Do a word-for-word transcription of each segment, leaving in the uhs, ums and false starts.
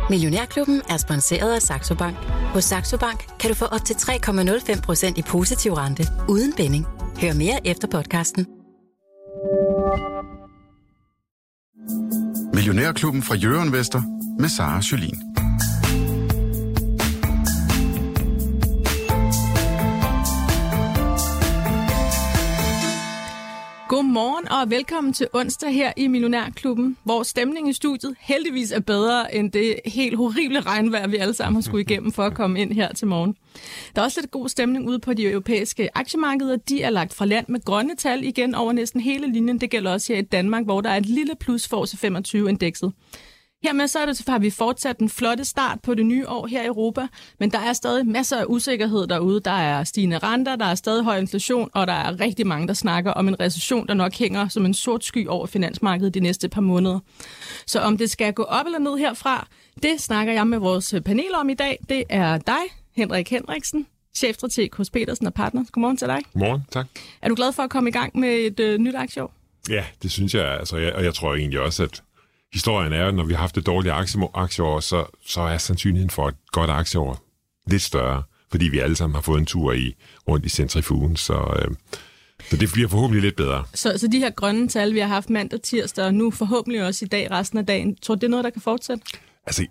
Millionærklubben er sponsoreret af Saxo Bank. Hos Saxo Bank kan du få op til tre komma nul fem procent i positiv rente uden binding. Hør mere efter podcasten. Millionærklubben fra Jørgen Vester med Sara Jolin. Godmorgen og velkommen til onsdag her i Millionærklubben, hvor stemningen i studiet heldigvis er bedre end det helt horrible regnvejr, vi alle sammen har skulle igennem for at komme ind her til morgen. Der er også lidt god stemning ude på de europæiske aktiemarkeder. De er lagt fra land med grønne tal igen over næsten hele linjen. Det gælder også her i Danmark, hvor der er et lille plus for C femogtyve-indekset. Hermed så, er det, så har vi fortsat den flotte start på det nye år her i Europa, men der er stadig masser af usikkerhed derude. Der er stigende renter, der er stadig høj inflation, og der er rigtig mange, der snakker om en recession, der nok hænger som en sort sky over finansmarkedet de næste par måneder. Så om det skal gå op eller ned herfra, det snakker jeg med vores panel om i dag. Det er dig, Henrik Henriksen, chefstrateg hos Petersen og Partners. Godmorgen til dig. Godmorgen, tak. Er du glad for at komme i gang med et øh, nyt aktieår? Ja, det synes jeg, altså, jeg, og jeg tror egentlig også, at historien er, at når vi har haft et dårligt aktieår, så, så er sandsynligheden for et godt aktieår lidt større, fordi vi alle sammen har fået en tur i rundt i centrifugen, så, øh, så det bliver forhåbentlig lidt bedre. Så, så de her grønne tal, vi har haft mandag, tirsdag, og nu forhåbentlig også i dag resten af dagen, tror du, det er noget, der kan fortsætte? Altså,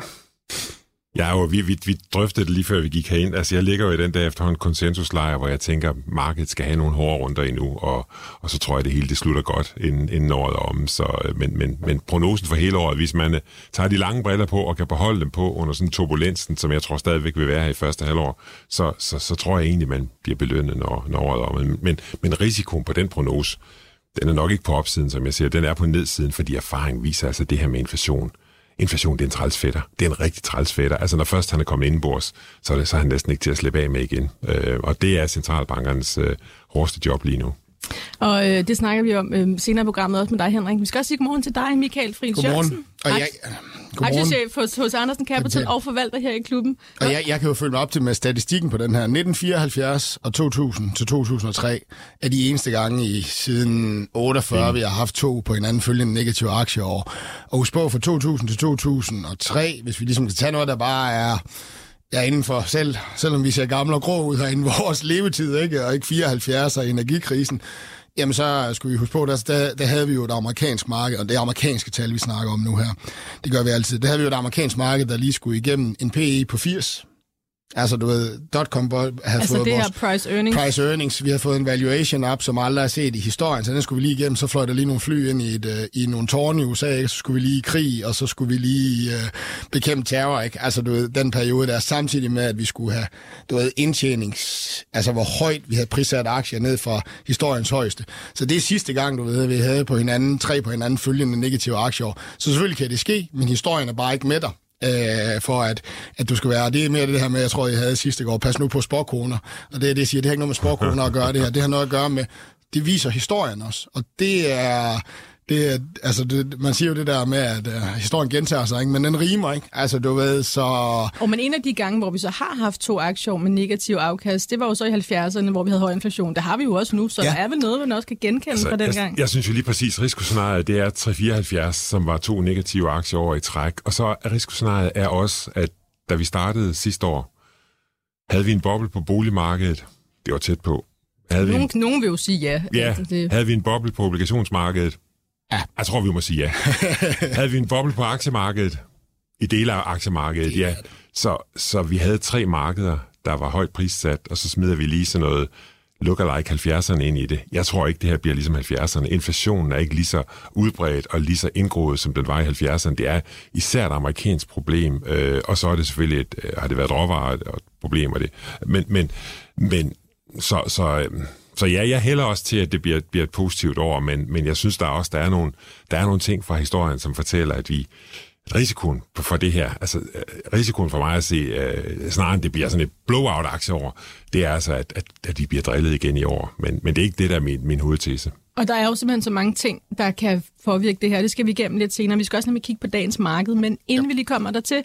jeg er jo, vi, vi, vi drøftede det lige før vi gik herind. Altså, jeg ligger jo i den der efterhånden konsensuslejr, hvor jeg tænker, markedet skal have nogle hårde runder endnu, og, og så tror jeg, det hele det slutter godt inden, inden året om. Så, men, men, men prognosen for hele året, hvis man tager de lange briller på og kan beholde dem på under sådan turbulensen, som jeg tror stadigvæk vil være her i første halvår, så, så, så tror jeg egentlig, man bliver belønnet, når, når året om. Men, men, men risikoen på den prognose, den er nok ikke på opsiden, som jeg siger. Den er på nedsiden, fordi erfaring viser altså det her med inflation. Inflation, det er en træls fætter. Det er en rigtig træls fætter. Altså, når først han er kommet indenbords, så er, det, så er han næsten ikke til at slippe af med igen. Øh, og det er centralbankernes øh, hårdeste job lige nu. Og øh, det snakker vi om øh, senere i programmet også med dig, Henrik. Vi skal også sige godmorgen til dig, Michael Friis Jørgensen. Og jeg, aktiechef hos, hos Andersen Capital og forvalter her i klubben. Og jeg, jeg kan jo følge mig op til med statistikken på den her. nitten fireoghalvfjerds og to tusind til to tusind og tre er de eneste gange i siden otteogfyrre, mm. vi har haft to på hinanden følgende negative aktieår. Og husk på, fra to tusind til to tusind og tre, hvis vi ligesom kan tage noget, der bare er... Ja, inden for selv, selvom vi ser gamle og grå ud herinde, vores levetid, ikke, og ikke fireoghalvfjerds og energikrisen, jamen så skulle vi huske på, der, der, der havde vi jo et amerikansk marked, og det er amerikanske tal, vi snakker om nu her. Det gør vi altid. Der havde vi jo et amerikansk marked, der lige skulle igennem en P E på firs. Altså, du ved, dotcom havde altså fået det vores her price earnings. price earnings. Vi har fået en valuation op, som aldrig har set i historien, så den skulle vi lige igennem. Så fløj der lige nogle fly ind i, et, uh, i nogle tårne i U S A, ikke? Så skulle vi lige i krig, og så skulle vi lige uh, bekæmpe terror, ikke? Altså, du ved, den periode der, samtidig med, at vi skulle have, du ved, indtjenings... Altså, hvor højt vi havde prissat aktier ned fra historiens højeste. Så det er sidste gang, du ved, vi havde på hinanden, tre på hinanden følgende negative aktieår. Så selvfølgelig kan det ske, men historien er bare ikke med dig. Øh, for at, at du skal være, det er mere det her med, jeg tror, jeg havde sidste år, pas nu på sporkoner, og det er det, jeg siger, det har ikke noget med sporkoner at gøre det her, det har noget at gøre med, det viser historien også, og det er, det er altså, det, man siger jo det der med, at uh, historien gentager sig, ikke? Men den rimer, ikke? Altså, du ved, så... Og men en af de gange, hvor vi så har haft to aktier med negativ afkast, det var jo så i halvfjerdserne, hvor vi havde høj inflation. Der har vi jo også nu, så ja. Der er vel noget, man også kan genkende altså, fra den jeg, gang. Jeg synes jo lige præcis, risikoscenariet, det er tre komma fireoghalvfjerds, som var to negative aktier over i træk. Og så er risikoscenariet er også, at da vi startede sidste år, havde vi en boble på boligmarkedet. Det var tæt på. Havde nogen, en... nogen vil jo sige ja. Ja, det... havde vi en boble på obligationsmarkedet. Ja, jeg tror, vi må sige ja. Havde vi en boble på aktiemarkedet, i dele af aktiemarkedet, ja. Så, så vi havde tre markeder, der var højt prissat, og så smider vi lige sådan noget lookalike halvfjerdserne ind i det. Jeg tror ikke, det her bliver ligesom halvfjerdserne. Inflationen er ikke lige så udbredt og lige så indgroet, som den var i halvfjerdserne. Det er især et amerikansk problem, øh, og så er det selvfølgelig et, øh, har det været råvarer og et problem af det. Men, men, men så... så øh, Så ja, jeg hælder også til, at det bliver, bliver et positivt år, men, men jeg synes der også, der er nogle, der er nogle ting fra historien, som fortæller, at vi risikoen for det her, altså risikoen for mig at se, uh, snarere end det bliver sådan et blowout-aktieår, det er altså, at, at, at vi bliver drillet igen i år. Men, men det er ikke det, der er min, min hovedtese. Og der er jo simpelthen så mange ting, der kan påvirke det her. Det skal vi igennem lidt senere. Vi skal også nemlig kigge på dagens marked, men inden ja. vi lige kommer der til,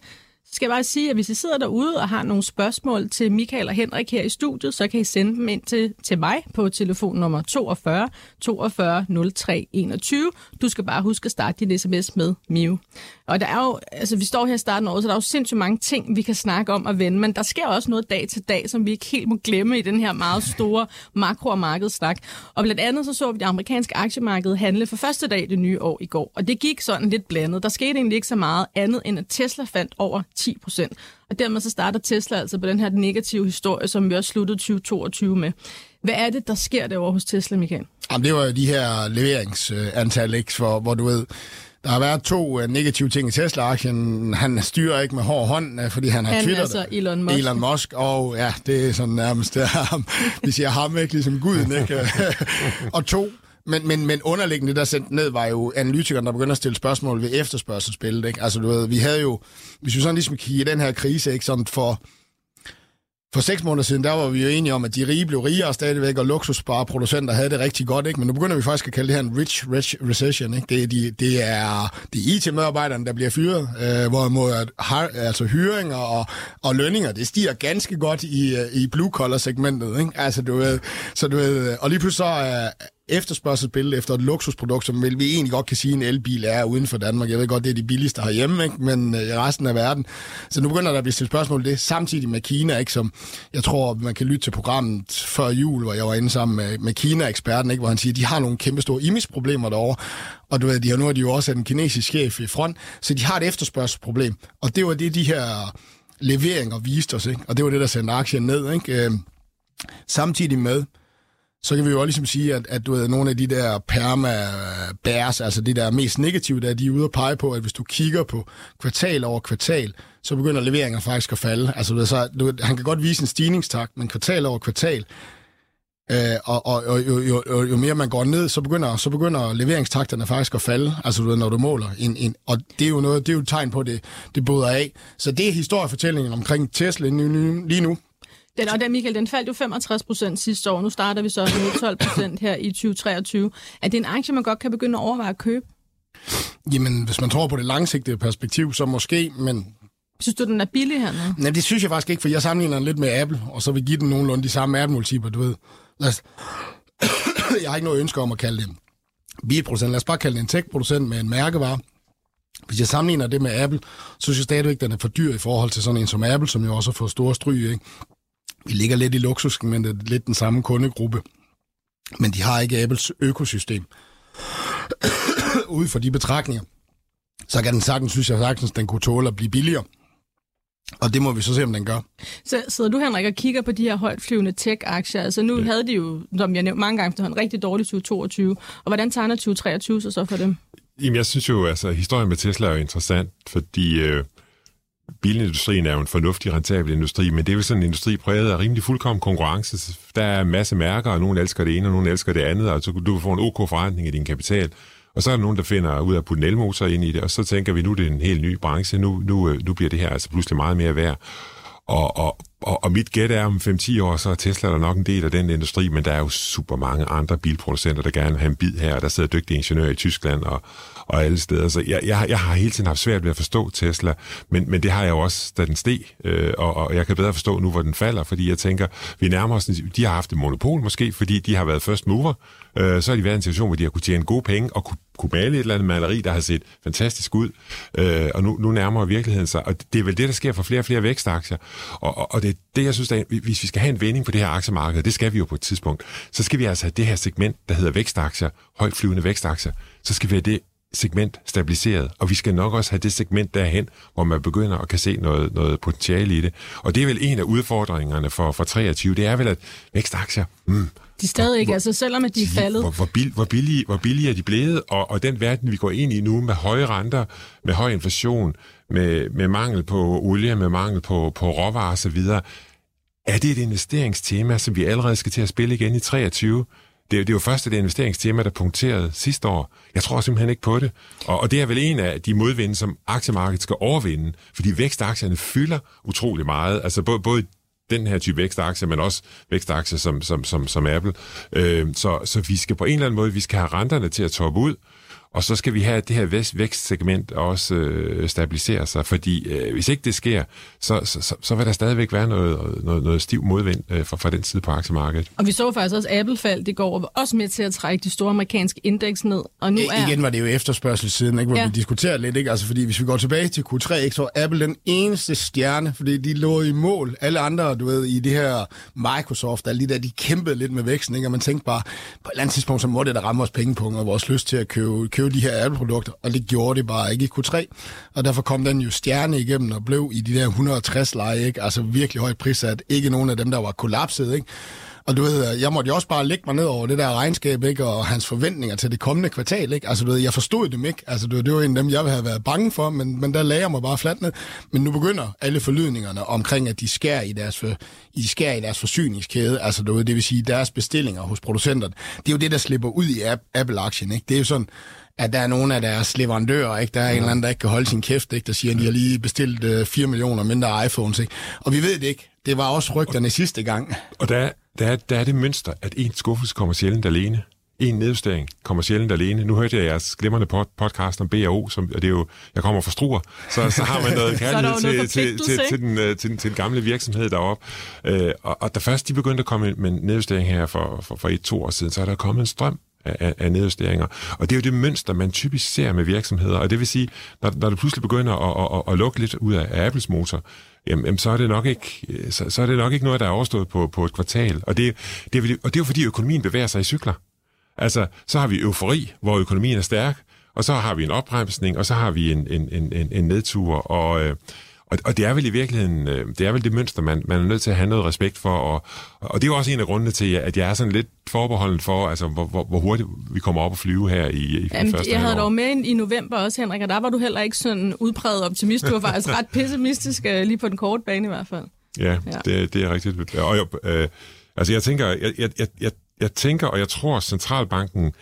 Så skal jeg bare sige, at hvis I sidder derude og har nogle spørgsmål til Michael og Henrik her i studiet, så kan I sende dem ind til, til mig på telefon nummer toogfyrre toogfyrre nul tre enogtyve. Du skal bare huske at starte din sms med Miu. Og der er jo, altså vi står her i starten af året, så der er jo sindssygt mange ting, vi kan snakke om og vende, men der sker også noget dag til dag, som vi ikke helt må glemme i den her meget store makro- og markedssnak. Og blandt andet så så vi det amerikanske aktiemarked handle for første dag det nye år i går, og det gik sådan lidt blandet. Der skete egentlig ikke så meget andet, end at Tesla fandt over ti procent. Og dermed så starter Tesla altså på den her negative historie, som vi også sluttede tyve toogtyve med. Hvad er det, der sker derovre hos Tesla, Michael? Jamen, det var jo de her leveringsantal, ikke? For, hvor du ved, der har været to uh, negative ting i Tesla-aktien. Han styrer ikke med hård hånd, uh, fordi han har han twitteret altså Elon Musk. Elon Musk, og ja, det er sådan nærmest, det er ham. Vi siger ham ikke, ligesom guden, ikke? Og to, men, men, men underliggende det, der sendt ned, var jo analytikeren, der begynder at stille spørgsmål ved efterspørgselsbilledet, ikke? Altså, du ved, vi havde jo, hvis vi sådan ligesom kigger den her krise, ikke? Sådan for... For seks måneder siden, der var vi jo enige om, at de rige blev rigere stadigvæk, og luksusvareproducenter havde det rigtig godt, ikke? Men nu begynder vi faktisk at kalde det her en rich, rich recession, ikke? Det er, de, det er de I T-medarbejderne, der bliver fyret, øh, hvorimod at, altså hyringer og, og lønninger, det stiger ganske godt i, i blue-collar-segmentet, ikke? Altså, du ved, så du ved, og lige pludselig så er efterspørgselsbillede efter et luksusprodukt, som vel vi egentlig godt kan sige, en elbil er uden for Danmark. Jeg ved godt, det er de billigste herhjemme, ikke? Men i resten af verden. Så nu begynder der at blive stillet spørgsmål det, samtidig med Kina, ikke? Som jeg tror, man kan lytte til programmet før jul, hvor jeg var inde sammen med, med Kina-eksperten, ikke? Hvor han siger, at de har nogle kæmpe store image-problemer derovre. Og du ved, de har nu er de jo også en kinesisk chef i front, så de har et efterspørgselsproblem. Og det var det, de her leveringer viste os, ikke? Og det var det, der sendte aktien ned, ikke? Øh, samtidig med så kan vi jo også ligesom sige, at, at du ved, nogle af de der perma-bærs, altså de der mest negative, der de er ude at pege på, at hvis du kigger på kvartal over kvartal, så begynder leveringer faktisk at falde. Altså, du ved, så, du ved, han kan godt vise en stigningstakt, men kvartal over kvartal, øh, og, og, og jo, jo, jo, jo mere man går ned, så begynder, så begynder leveringstakterne faktisk at falde, altså du ved, når du måler. En, en, og det er jo noget, det er jo et tegn på, at det, det bryder af. Så det er historiefortællingen omkring Tesla lige nu. Den, og den, Michael, den faldt jo femogtres procent sidste år. Nu starter vi så med tolv procent her i tyve treogtyve. Er det en aktie, man godt kan begynde at overveje at købe? Jamen, hvis man tror på det langsigtede perspektiv, så måske, men... Synes du, den er billig her nu? Nej, det synes jeg faktisk ikke, for jeg sammenligner den lidt med Apple, og så vil give den nogenlunde de samme Apple-multipler, du ved. Lad os... jeg har ikke noget ønske om at kalde det en bilproducent. Lad os bare kalde det en tech-producent med en mærkevare. Hvis jeg sammenligner det med Apple, så synes jeg stadigvæk, den er for dyr i forhold til sådan en som Apple, som jo også har fået store stryg, ikke? Vi ligger lidt i luksus, men det er lidt den samme kundegruppe. Men de har ikke Apples økosystem. Ude for de betragtninger, så kan den sagtens, synes jeg sagtens, den kunne tåle at blive billigere. Og det må vi så se, om den gør. Så sidder du, Henrik, og kigger på de her højtflyvende tech-aktier. Altså nu ja. havde de jo, som jeg nævnte mange gange, en rigtig dårlig tyve toogtyve. Og hvordan tegner tyve treogtyve så så for dem? Jamen, jeg synes jo, altså historien med Tesla er jo interessant, fordi... Øh bilindustrien er jo en fornuftig, rentabel industri, men det er jo sådan en industri præget af rimelig fuldkommen konkurrence. Der er en masse mærker, og nogen elsker det ene, og nogen elsker det andet, og så du får en OK forretning i din kapital. Og så er der nogen, der finder ud af at putte en elmotor ind i det, og så tænker vi, nu er det en helt ny branche, nu, nu, nu bliver det her altså pludselig meget mere værd. Og, og, og, og mit gæt er, om fem til ti år, så er Tesla der nok en del af den industri, men der er jo super mange andre bilproducenter, der gerne vil have en bid her, og der sidder dygtige ingeniører i Tyskland og, og alle steder. Så jeg, jeg, jeg har hele tiden haft svært ved at forstå Tesla, men, men det har jeg jo også, da den steg, øh, og, og jeg kan bedre forstå nu, hvor den falder, fordi jeg tænker, vi nærmer os, de har haft et monopol måske, fordi de har været first mover, øh, så har de været i en situation, hvor de har kunne tjene gode penge og kunne, kunne male et eller andet maleri, der har set fantastisk ud, øh, og nu, nu nærmer virkeligheden sig, og det er vel det, der sker for flere og flere vækstaktier, og, og, og det er det, jeg synes, at hvis vi skal have en vending på det her aktiemarked, det skal vi jo på et tidspunkt, så skal vi altså have det her segment, der hedder vækstaktier, højtflyvende vækstaktier, så skal vi have det segment stabiliseret, og vi skal nok også have det segment derhen, hvor man begynder at kan se noget, noget potentiale i det. Og det er vel en af udfordringerne for, for treogtyve, det er vel, at vækstaktier... Mm, de stadig ikke, altså selvom at de er faldet. Hvor, hvor, bill, hvor, billige, hvor billige er de blevet, og, og den verden, vi går ind i nu, med høje renter, med høj inflation, med, med mangel på olie, med mangel på, på råvarer osv., er det et investeringstema, som vi allerede skal til at spille igen i treogtyve? Det er, det er jo først et investeringstema, der punkterede sidste år. Jeg tror simpelthen ikke på det. Og, og det er vel en af de modvinde, som aktiemarkedet skal overvinde, fordi vækstaktierne fylder utrolig meget. Altså både, både den her type vækstaktier, men også vækstaktier som, som, som, som Apple. Øh, så, så vi skal på en eller anden måde, vi skal have renterne til at toppe ud, Og så skal vi have det her vækstsegment også øh, stabilisere sig, fordi øh, hvis ikke det sker, så, så, så, så vil der stadigvæk være noget, noget, noget stiv modvind øh, fra, fra den side på aktiemarkedet. Og vi så faktisk også Apple faldt i går, og var også med til at trække de store amerikanske indeks ned. Og nu er... Igen var det jo efterspørgselssiden, ikke, hvor ja. vi diskuterer lidt, ikke? Altså, fordi hvis vi går tilbage til Q tre, ikke, så var Apple den eneste stjerne, fordi de lå i mål. Alle andre, du ved, i det her Microsoft, alle de der, de kæmpede lidt med væksten, ikke? Og man tænkte bare, på et eller andet tidspunkt, så må det da ramme vores pengepunkt og vores lyst til at købe, købe de her Apple-produkter, og det gjorde det bare ikke i Q tre. Og derfor kom den jo stjerne igennem og blev i de der et hundrede og tres leje, ikke? Altså virkelig højt prissat. Ikke nogen af dem, der var kollapset, ikke? Og du ved, jeg måtte jo også bare lægge mig ned over det der regnskab, ikke? Og hans forventninger til det kommende kvartal, ikke? Altså du ved, jeg forstod dem ikke. Altså du ved, det var en af dem, jeg ville have været bange for, men, men der lagde jeg mig bare fladt ned. Men nu begynder alle forlydningerne omkring, at de skærer i deres, de skærer i deres forsyningskæde, altså du ved, det vil sige deres bestillinger hos producenterne. Det er jo det, der slipper ud i Apple-aktien, ikke? Det er jo sådan, at der er nogle af deres leverandører, ikke? Der er en eller anden, der ikke kan holde sin kæft, ikke? Der siger, at de har lige bestilt uh, fire millioner mindre iPhones, ikke? Og vi ved det ikke. Det var også rygterne sidste gang. Og der, der, er, der er det mønster, at en skuffelse kommer sjældent alene. En nedjustering kommer sjældent alene. Nu hørte jeg jeres glimrende podcast om B og O, som, og det er jo, jeg kommer fra Struer, så, så har man noget kærlighed til, til, til, til, den, til, til, til den gamle virksomhed deroppe. Øh, og, og da først de begyndte at komme med en nedjustering her for, for, for et, to år siden, så er der kommet en strøm af, af nedjusteringer. Og det er jo det mønster, man typisk ser med virksomheder. Og det vil sige, når, når det pludselig begynder at, at, at lukke lidt ud af, af Apples motor, jamen, så er det nok ikke, så, så er det nok ikke noget, der er overstået på, på et kvartal. Og det, det, er, og det er jo fordi, økonomien bevæger sig i cykler. Altså, så har vi eufori, hvor økonomien er stærk, og så har vi en opbremsning, og så har vi en, en, en, en nedtur. Og, og, og det er vel i virkeligheden, det er vel det mønster, man, man er nødt til at have noget respekt for. Og, og det er jo også en af grundene til, at jeg er sådan lidt forbeholden for, altså, hvor, hvor, hvor hurtigt vi kommer op og flyve her i, i Jamen, første jeg havde år. dog med i november også, Henrik, og der var du heller ikke sådan udpræget optimist. Du var faktisk ret pessimistisk, lige på den korte bane i hvert fald. Ja, ja. Det, det er rigtigt. Og jeg, øh, altså, jeg tænker, jeg, jeg, jeg, jeg, jeg tænker, og jeg tror, at centralbanken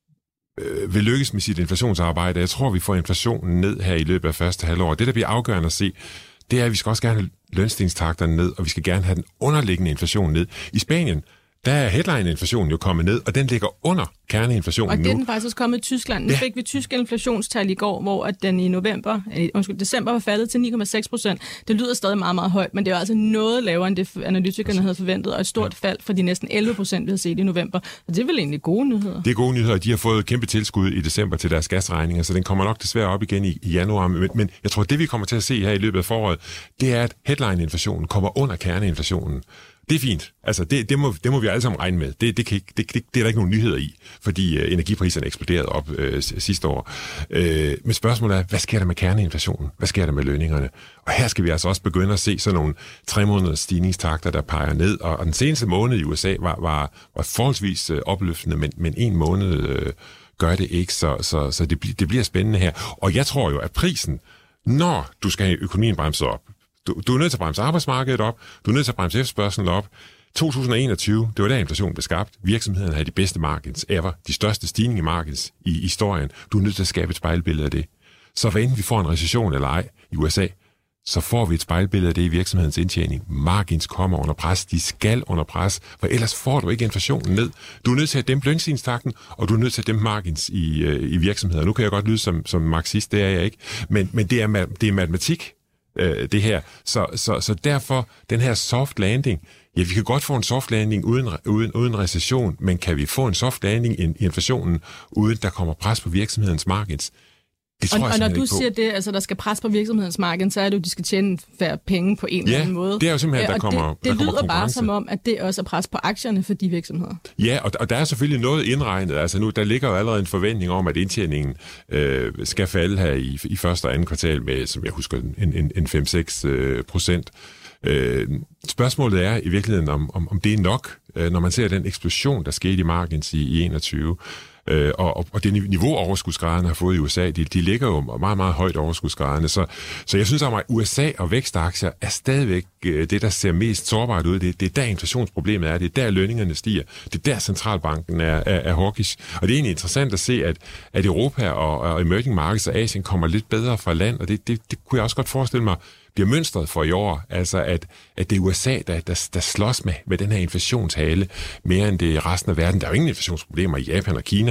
øh, vil lykkes med sit inflationsarbejde. Jeg tror, vi får inflationen ned her i løbet af første halvår. Det, der bliver afgørende at se, det er, at vi skal også gerne have lønstigningstakterne ned, og vi skal gerne have den underliggende inflation ned. I Spanien, der er headline-inflationen jo kommet ned, og den ligger under kerneinflationen nu. Og det er den faktisk også kommet i Tyskland. Nu ja. fik vi tysk inflationstal i går, hvor at den i november, øh, undskyld, december var faldet til ni komma seks procent. Det lyder stadig meget, meget højt, men det er altså noget lavere, end det analytikerne havde forventet, og et stort ja. fald fra de næsten elleve procent, vi havde set i november. Og det er vel egentlig gode nyheder? Det er gode nyheder, de har fået kæmpe tilskud i december til deres gasregninger, så den kommer nok desværre op igen i, i januar. Men, men jeg tror, det vi kommer til at se her i løbet af foråret, det er, at headline-inflationen kommer under kerneinflationen. Det er fint. Altså, det, det, må, det må vi alle sammen regne med. Det, det, kan ikke, det, det, det er der ikke nogen nyheder i, fordi øh, energipriserne eksploderede op øh, sidste år. Øh, men spørgsmålet er, hvad sker der med kerneinflationen? Hvad sker der med lønningerne? Og her skal vi altså også begynde at se sådan nogle tre måneders stigningstakter, der peger ned. Og, og den seneste måned i U S A var, var, var forholdsvis øh, opløftende, men, men en måned øh, gør det ikke, så, så, så det, det bliver spændende her. Og jeg tror jo, at prisen, når du skal have økonomien bremset op, Du, du er nødt til at bremse arbejdsmarkedet op, du er nødt til at bremse efterspørgselen op. to tusind og enogtyve, det var der inflationen blev skabt. Virksomheden havde de bedste margins ever, de største stigninger i margins i historien. Du er nødt til at skabe et spejlbillede af det. Så hvad enten vi får en recession eller ej i U S A, så får vi et spejlbillede af det i virksomhedens indtjening. Margins kommer under pres, de skal under pres, for ellers får du ikke inflationen ned. Du er nødt til at dæmpe lønstigningstakten, og du er nødt til at dæmpe margins i, øh, i virksomheder. Nu kan jeg godt lyde som, som marxist, det er jeg ikke, men, men det, er, det er matematik. Det her. Så, så, så derfor, den her soft landing, ja, vi kan godt få en soft landing uden, uden, uden recession, men kan vi få en soft landing i inflationen, uden der kommer pres på virksomhedens markeds? Det tror og, jeg og når du på. siger det, altså der skal pres på virksomhedens marked, så er det jo, de skal tjene færre penge på en ja, eller anden måde. det er jo simpelthen, der og kommer det, det der kommer lyder bare som om, at det også er pres på aktierne for de virksomheder. Ja, og, og der er selvfølgelig noget indregnet. Altså nu, der ligger jo allerede en forventning om, at indtjeningen øh, skal falde her i, i første og anden kvartal med, som jeg husker, en, en, en fem til seks øh, procent. Øh, spørgsmålet er i virkeligheden, om, om, om det er nok, øh, når man ser den eksplosion, der skete i margins i, i enogtyve. Øh, og, og det niveau, overskudsgraderne har fået i U S A, de, de ligger jo meget, meget højt overskudsgraderne. Så, så jeg synes, at U S A og vækstaktier er stadigvæk øh, det, der ser mest sårbart ud. Det, det er der inflationsproblemet er, det er der lønningerne stiger, det er der centralbanken er, er, er hawkish. Og det er egentlig interessant at se, at, at Europa og, og emerging markets og Asien kommer lidt bedre fra land, og det, det, det kunne jeg også godt forestille mig bliver mønstret for i år, altså at, at det er U S A, der, der, der slås med, med den her inflationshale, mere end det resten af verden. Der er jo ingen inflationsproblemer i Japan og Kina,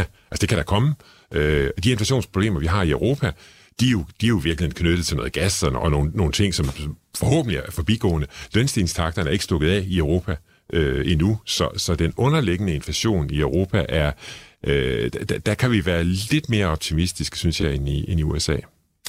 Altså det kan der komme. Øh, de inflationsproblemer, vi har i Europa, de er jo, de er jo virkelig knyttet til noget gas og, og nogle, nogle ting, som forhåbentlig er forbigående. Lønstigningstakterne er ikke stukket af i Europa øh, endnu, så, så den underliggende inflation i Europa er, øh, der, der kan vi være lidt mere optimistiske, synes jeg, end i, end i U S A.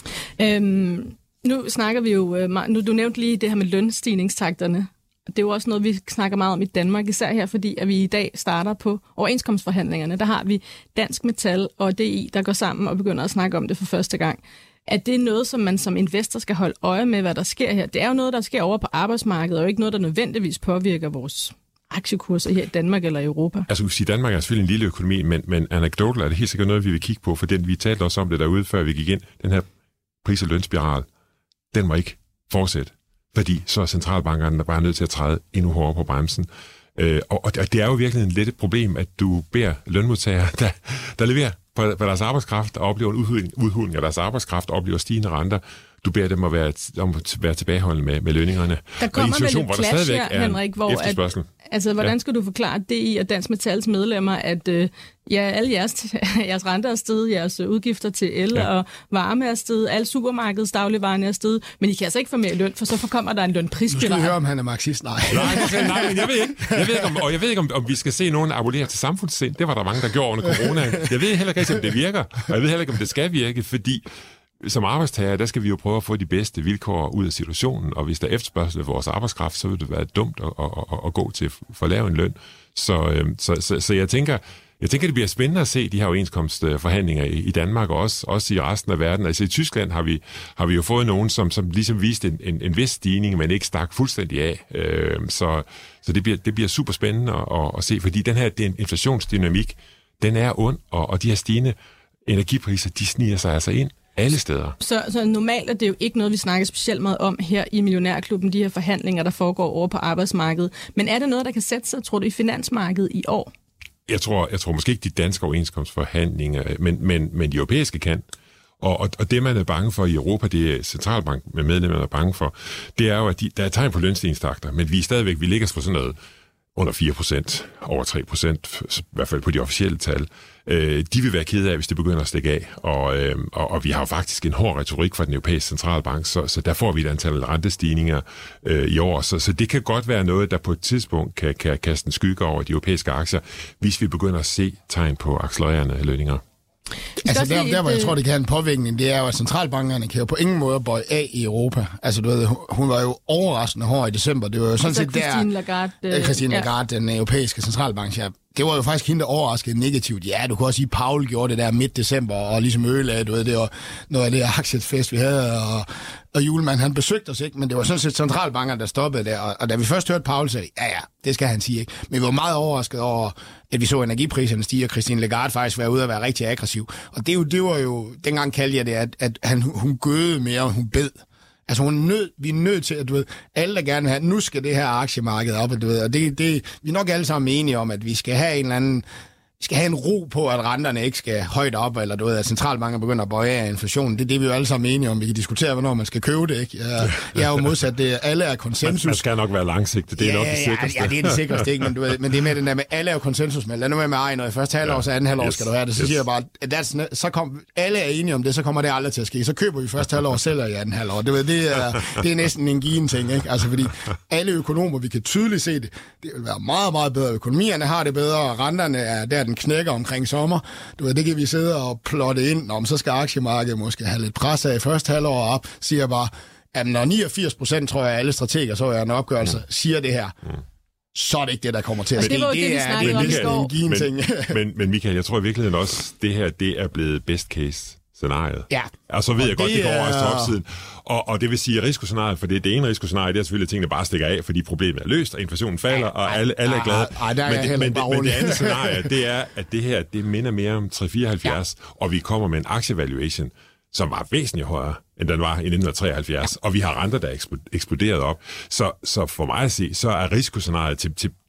Øhm, nu snakker vi jo, nu du nævnte lige det her med lønstigningstakterne. Det er jo også noget, vi snakker meget om i Danmark, især her, fordi at vi i dag starter på overenskomstforhandlingerne. Der har vi Dansk Metal og D I, der går sammen og begynder at snakke om det for første gang. Er det noget, som man som investor skal holde øje med, hvad der sker her? Det er jo noget, der sker over på arbejdsmarkedet, og ikke noget, der nødvendigvis påvirker vores aktiekurser her i Danmark eller i Europa. Altså, du siger, Danmark er selvfølgelig en lille økonomi, men, men anekdoter er det helt sikkert noget, vi vil kigge på, for den, vi talte også om det derude, før vi gik ind. Den her pris- og lønspiral, den må ikke fortsætte. Fordi så er centralbankerne bare nødt til at træde endnu hårdere på bremsen. Øh, og, og det er jo virkelig en lidt et problem, at du beder lønmodtagere, der, der leverer på, på deres arbejdskraft, og oplever en udhuling, udhuling af deres arbejdskraft, og oplever stigende renter. Du beder dem at være, om at være tilbageholdende med, med lønningerne. Der kommer vel et clash her, Henrik, hvor at, altså, hvordan ja. skal du forklare D I og Dansk Metals medlemmer, at øh, ja, alle jeres, jeres renter er steget, jeres udgifter til el ja. og varme er steget, alle supermarkedets dagligvarerne er steget, men I kan altså ikke få mere løn, for så kommer der en lønprisspiral. Nu skal vi høre, om han er marxist. Nej. nej, nej, men jeg ved ikke, jeg ved ikke om, og jeg ved ikke, om, om vi skal se nogen abonnere til samfundssind. Det var der mange, der gjorde under corona. Jeg ved heller ikke, om det virker, og jeg ved heller ikke, om det skal virke, fordi som arbejdstager, der skal vi jo prøve at få de bedste vilkår ud af situationen, og hvis der er efterspørgsel for vores arbejdskraft, så vil det være dumt at, at, at, at gå til for at lave en løn. Så, øh, så, så, så jeg tænker, jeg tænker, det bliver spændende at se de her overenskomstforhandlinger i, i Danmark, og også, også i resten af verden. Altså i Tyskland har vi, har vi jo fået nogen, som, som ligesom viste en, en, en vis stigning, men ikke stak fuldstændig af. Øh, så så det, bliver, det bliver super spændende at, at se, fordi den her den inflationsdynamik, den er ond, og, og de her stigende energipriser, de sniger sig altså ind alle steder. Så, så normalt er det jo ikke noget, vi snakker specielt meget om her i Millionærklubben, de her forhandlinger, der foregår over på arbejdsmarkedet. Men er det noget, der kan sætte sig, tror du, i finansmarkedet i år? Jeg tror, jeg tror måske ikke de danske overenskomstforhandlinger, men, men, men de europæiske kan. Og, og, og det, man er bange for i Europa, det er centralbank med medlemmerne er bange for, det er jo, at de, der er tegn på lønstigningstakter, men vi er stadigvæk, vi ligger på sådan noget under fire procent, over tre procent, i hvert fald på de officielle tal. Øh, de vil være kede af, hvis det begynder at stikke af. Og, øh, og, og vi har jo faktisk en hård retorik fra den europæiske centralbank, så, så der får vi et antal rentestigninger øh, i år. Så, så det kan godt være noget, der på et tidspunkt kan, kan kaste en skygge over de europæiske aktier, hvis vi begynder at se tegn på accelererende lønninger. Altså der, der, hvor jeg tror, det kan have en påvirkning, det er jo, at centralbankerne kan jo på ingen måde bøje af i Europa. Altså du ved, hun var jo overraskende hård i december. Det var jo sådan altså, set Christine der... Lagarde, øh, Christine Lagarde, ja. Den europæiske centralbankchef. Det var jo faktisk hende, der overraskede negativt. Ja, du kunne også sige, at Paul gjorde det der midt december, og ligesom ødelagde, du ved, det var noget af det aktiefest, vi havde, og, og Julemand, han besøgte os ikke, men det var sådan set centralbankerne, der stoppede der, og, og da vi først hørte Paul sige, ja ja, det skal han sige ikke, men vi var meget overrasket over, at vi så energipriserne stige, og Christine Lagarde faktisk være ude at være rigtig aggressiv. Og det, jo, det var jo, dengang kaldte jeg det, at, at han, hun gøede mere, end hun bed. Altså hun er nød, vi er nødt til, at du ved, alle der gerne vil have, nu skal det her aktiemarked op, du ved, og det, det, vi er nok alle sammen enige om, at vi skal have en eller anden, vi skal have en ro på, at renterne ikke skal højt op, eller du ved, at centralbanker begynder at bøje af inflationen. Det er det, vi jo alle sammen enige om. Vi kan diskutere, hvornår man skal købe det, ikke? Jeg, jeg er jo modsat, det alle er konsensus. Man, man skal nok være langsigtet, det er ja, nok det sikreste. Ja, ja, det er det sikreste, ikke? Men, du ved, men det er med den der med, alle er jo konsensus med. Lad nu være med ej, når i første halvår, ja. så anden halvår yes. skal du have det. Så yes. siger jeg bare, at så kom, alle er enige om det, så kommer det aldrig til at ske. Så køber vi første halvår og sælger i anden halvår. Det, det, er, det er næsten en given ting, ikke? Altså fordi alle økonomer, vi kan tydeligt se det, det vil være meget, meget bedre. Økonomierne har det bedre, og renterne er der, den knækker omkring sommer. Du ved, det kan vi sidde og plotte ind, om så skal aktiemarkedet måske have lidt pres af første halvår op, siger bare, at når niogfirs procent, tror jeg, alle strateger, så er en opgørelse, mm. siger det her, mm. så er det ikke det, der kommer til at ske. Det var jo det, det, vi snakkede om i går. Men, men, men Michael, jeg tror i virkeligheden også, det her, det er blevet best case scenariet. Ja. Og så ved og jeg godt, det går over til topsiden. Og, og det vil sige, at risikoscenariet, for det, det ene risikoscenarie, det er selvfølgelig, at tingene bare stikker af, fordi problemet er løst, og inflationen falder, ej, og alle, alle er glade. Ej, ej, men, det, men, det, men det andet scenarie, det er, at det her, det minder mere om tre komma fireoghalvfjerds, ja. og vi kommer med en aktievaluation, som var væsentligt højere, end den var i nitten treoghalvfjerds, ja. og vi har renter, der er eksploderet op. Så, så for mig at se, så er risikoscenariet til, til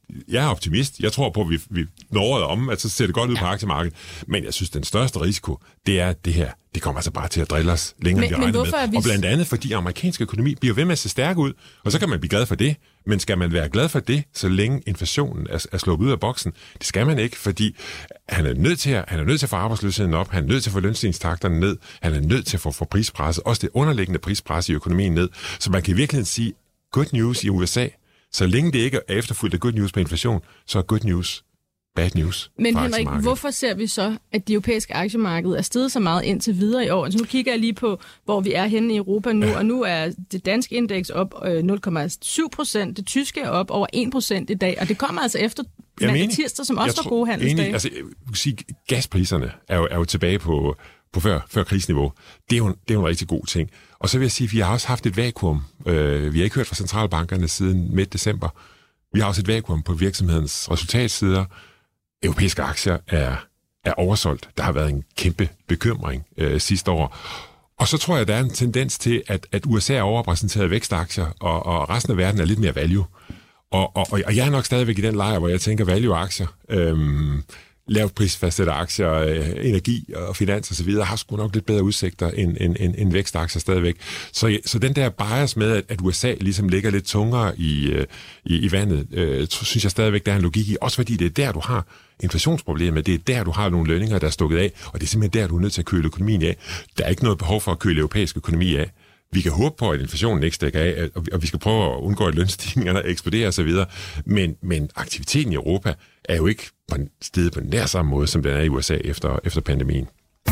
jeg er optimist. Jeg tror på, at vi, vi når året om, at så ser det godt ud ja. på aktiemarkedet. Men jeg synes, den største risiko, det er, at det her, det kommer altså bare til at drille os længere, end vi regner med. Vi... Og blandt andet, fordi amerikansk økonomi bliver ved med at se stærk ud, og så kan man blive glad for det. Men skal man være glad for det, så længe inflationen er, er sluppet ud af boksen? Det skal man ikke, fordi han er nødt til at, han er nødt til at få arbejdsløsheden op, han er nødt til at få lønstigningstakterne ned, han er nødt til at få, få prispresset, også det underliggende prispres i økonomien ned. Så man kan virkelig sige, good news i U S A, så længe det ikke er efterfulgt af good news på inflation, så er good news bad news. Men Henrik, hvorfor ser vi så, at de europæiske aktiemarked er steget så meget indtil videre i år? Altså nu kigger jeg lige på, hvor vi er henne i Europa nu, ja. og nu er det danske indeks op nul komma syv procent, det tyske er op over en procent i dag, og det kommer altså efter mandag tirsdag, som også var gode handelsdage. Altså, jeg vil sige, gaspriserne er jo, er jo tilbage på, på før, før krigsniveau. Det er, jo, det er jo en rigtig god ting. Og så vil jeg sige, at vi har også haft et vakuum. Øh, vi har ikke hørt fra centralbankerne siden midt december. Vi har også et vakuum på virksomhedens resultatsider. Europæiske aktier er, er oversolgt. Der har været en kæmpe bekymring øh, sidste år. Og så tror jeg, der er en tendens til, at, at U S A er overrepræsenteret i vækstaktier, og, og resten af verden er lidt mere value. Og, og, og jeg er nok stadigvæk i den lejr, hvor jeg tænker value-aktier, øhm, lavt prisfastsætte aktier, øh, energi og finans og så videre, har sgu nok lidt bedre udsigter end, end, end, end vækstaktier stadigvæk. Så, så den der bias med, at, at U S A ligesom ligger lidt tungere i, øh, i, i vandet, øh, synes jeg stadigvæk, der er en logik i. Også fordi det er der, du har inflationsproblemet. Det er der, du har nogle lønninger, der er stukket af, og det er simpelthen der, du er nødt til at køle økonomien af. Der er ikke noget behov for at køle europæisk økonomi af. Vi kan håbe på, at inflationen ikke stikker af, og vi skal prøve at undgå, at lønstigningerne eksploderer osv., men, men aktiviteten i Europa er jo ikke på en sted på nær samme måde, som den er i U S A efter, efter pandemien.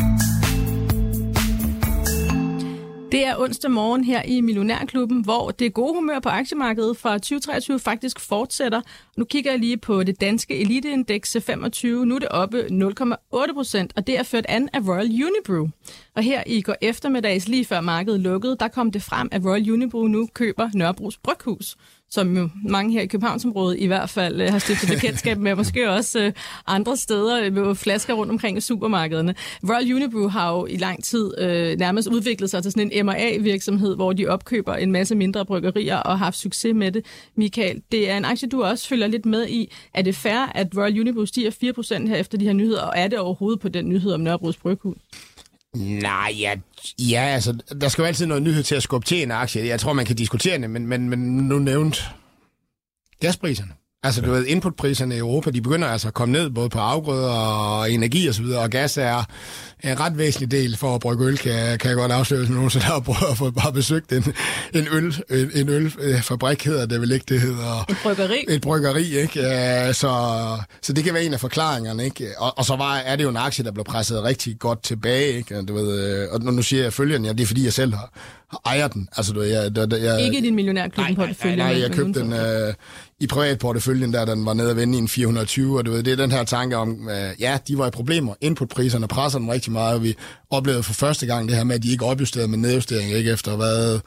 Det er onsdag morgen her i Millionærklubben, hvor det gode humør på aktiemarkedet fra tyve treogtyve faktisk fortsætter. Nu kigger jeg lige på det danske eliteindeks femogtyve. Nu er det oppe nul komma otte procent, og det er ført an af Royal Unibrew. Og her i går eftermiddags, lige før markedet lukkede, der kom det frem, at Royal Unibrew nu køber Nørrebros Bryghus, som jo mange her i Københavnsområdet i hvert fald øh, har stiftet bekendtskab med, måske også øh, andre steder med flasker rundt omkring i supermarkederne. Royal Unibrew har jo i lang tid øh, nærmest udviklet sig til sådan en M og A-virksomhed, hvor de opkøber en masse mindre bryggerier og har haft succes med det. Michael, det er en aktie, du også følger lidt med i. Er det fair, at Royal Unibrew stiger fire procent her efter de her nyheder, og er det overhovedet på den nyhed om Nørrebros Bryghus? Nej, ja, ja, altså, der skal jo altid noget nyhed til at skubbe til en aktie. Jeg tror, man kan diskutere det, men, men, men nu nævnt gaspriserne. Altså, du ved, inputpriserne i Europa, de begynder altså at komme ned, både på afgrøder og energi og så videre, og gas er en ret væsentlig del for at brygge øl, kan, kan jeg godt afsløre, hvis nogen så der har fået bare besøgt en, en øl, en, en ølfabrik, hedder det vel ikke, det hedder... Et bryggeri. Et bryggeri, ikke? Ja, så, så det kan være en af forklaringerne, ikke? Og, og så var, er det jo en aktie, der blev presset rigtig godt tilbage, ikke? Du ved, og nu siger jeg følgende, ja, det er fordi, jeg selv har, har ejer den. Altså, du ved, jeg, jeg, jeg, ikke din millionærklubben portefølje. Nej, nej, jeg købte den øh, i privatporteføljen, der den var nede at vende i en fire hundrede og tyve, og du ved, det er den her tanke om, øh, ja, de var i problemer. Inputpriserne presser dem rigtig meget, og vi oplevede for første gang det her med, at de ikke opjusterede med nedjusteringer, ikke efter hvad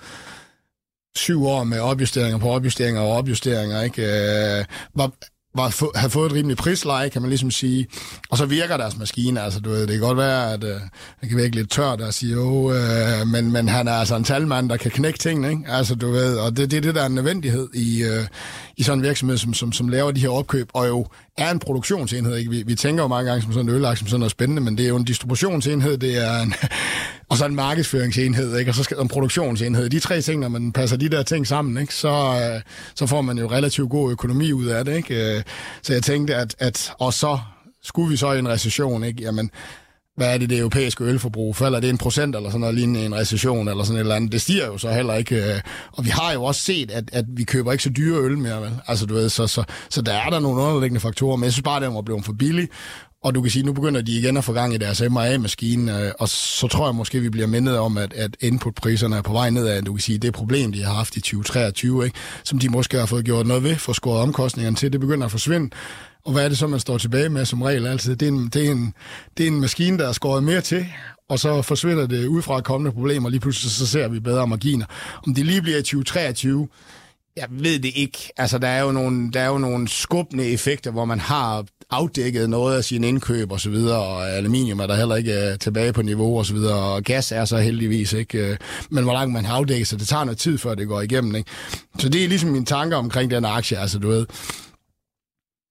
syv år med opjusteringer på opjusteringer og opjusteringer, ikke? Øh, var, var, havde fået et rimeligt prisleje, kan man ligesom sige. Og så virker deres maskine, altså du ved, det kan godt være, at øh, det kan virke lidt tørt at sige, jo, øh, men, men han er altså en talmand, der kan knække tingene, ikke? Altså du ved, og det er det, det, der er en nødvendighed i, øh, i sådan en virksomhed, som, som, som laver de her opkøb, og jo er en produktionsenhed, ikke? Vi, vi tænker jo mange gange som sådan en ølaktie, som sådan noget spændende, men det er jo en distributionsenhed, det er en, og så en markedsføringsenhed, ikke? Og så skal en produktionsenhed. De tre ting, når man passer de der ting sammen, ikke? Så, øh, så får man jo relativt god økonomi ud af det, ikke? Så jeg tænkte, at, at og så skulle vi så i en recession, ikke? Jamen, hvad er det, det europæiske ølforbrug? Falder det en procent eller sådan noget lignende en recession eller sådan et eller andet? Det stiger jo så heller ikke. Og vi har jo også set, at, at vi køber ikke så dyre øl mere, vel? Altså, du ved, så, så, så der er der nogle underliggende faktorer, men jeg synes bare, at den var blevet for billig. Og du kan sige, nu begynder de igen at få gang i deres M og A-maskine, og så tror jeg måske, vi bliver mindet om, at, at inputpriserne er på vej nedad. Du kan sige, det problem, de har haft i tyve treogtyve, ikke? Som de måske har fået gjort noget ved, for skåret omkostningerne til, det begynder at forsvinde. Og hvad er det så, man står tilbage med som regel altid? Det er en, det er en, det er en maskine, der er skåret mere til, og så forsvinder det ud fra kommende problemer, og lige pludselig så ser vi bedre marginer. Om det lige bliver i tyve treogtyve, jeg ved det ikke. Altså, der er jo nogle, der er jo nogle skubbende effekter, hvor man har afdækket noget af sine indkøb og så videre, og aluminium er der heller ikke tilbage på niveau og så videre, og gas er så heldigvis ikke. Men hvor langt man har afdækket, så det tager noget tid, før det går igennem, ikke? Så det er ligesom mine tanker omkring den aktie, altså du ved.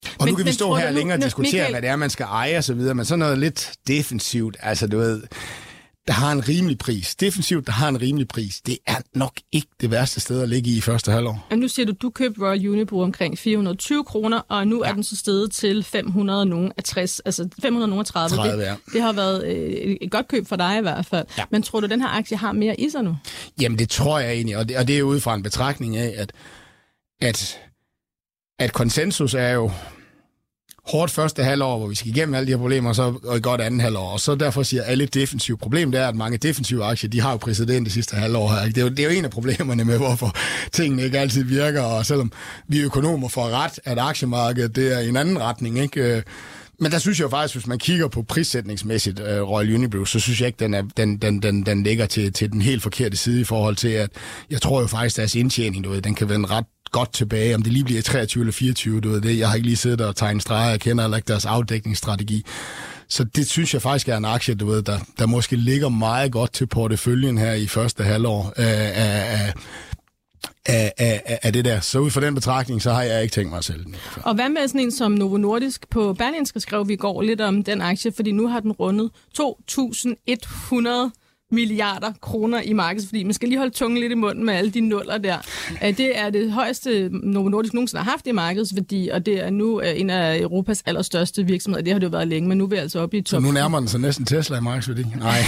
Og men, nu kan vi stå her nu, længere og nu, diskutere, Michael... hvad det er, man skal eje og så videre, men sådan noget lidt defensivt, altså du ved, der har en rimelig pris. Defensivt, der har en rimelig pris. Det er nok ikke det værste sted at ligge i i første halvår. Og nu siger du, du købte Royal Unibrew omkring fire hundrede og tyve kroner, og nu ja. er den så steget til fem hundrede og tres, altså fem hundrede og tredive. tredive, ja. det, det har været øh, et godt køb for dig i hvert fald. Ja. Men tror du, den her aktie har mere i sig nu? Jamen, det tror jeg egentlig, og det, og det er ud fra en betragtning af, at, at, at konsensus er jo hårdt første halvår, hvor vi skal igennem alle de her problemer, så, og et godt andet halvår. Og så derfor siger alle defensive problem, det er, at mange defensive aktier, de har jo præcedent det sidste halvår her. Det er, jo, det er jo en af problemerne med, hvorfor tingene ikke altid virker, og selvom vi økonomer får ret, at aktiemarkedet, det er i en anden retning, ikke? Men der synes jeg jo faktisk, hvis man kigger på prissætningsmæssigt uh, Royal Unibrew, så synes jeg ikke, den, er, den, den, den, den ligger til, til den helt forkerte side i forhold til, at jeg tror jo faktisk, deres indtjening, du ved, den kan vende ret godt tilbage, om det lige bliver treogtyve eller fireogtyve, du ved det. Jeg har ikke lige siddet og tegnet streger, jeg kender heller ikke deres afdækningsstrategi. Så det synes jeg faktisk er en aktie, du ved, der, der måske ligger meget godt til porteføljen her i første halvår af, af, af, af, af det der. Så ud fra den betragtning, så har jeg ikke tænkt mig at sælge den. Og hvad med sådan en som Novo Nordisk? På Berlingske skrev vi i går lidt om den aktie, fordi nu har den rundet to tusind et hundrede milliarder kroner i markedet, fordi man skal lige holde tungen lidt i munden med alle de nuller der. Det er det højeste Novo Nordisk nogensinde har haft i markedsværdi, og det er nu en af Europas allerstørste virksomheder. Det har det jo været længe, men nu er vi altså oppe i top. Så nu nærmer den sig næsten Tesla i markedsværdi? Nej.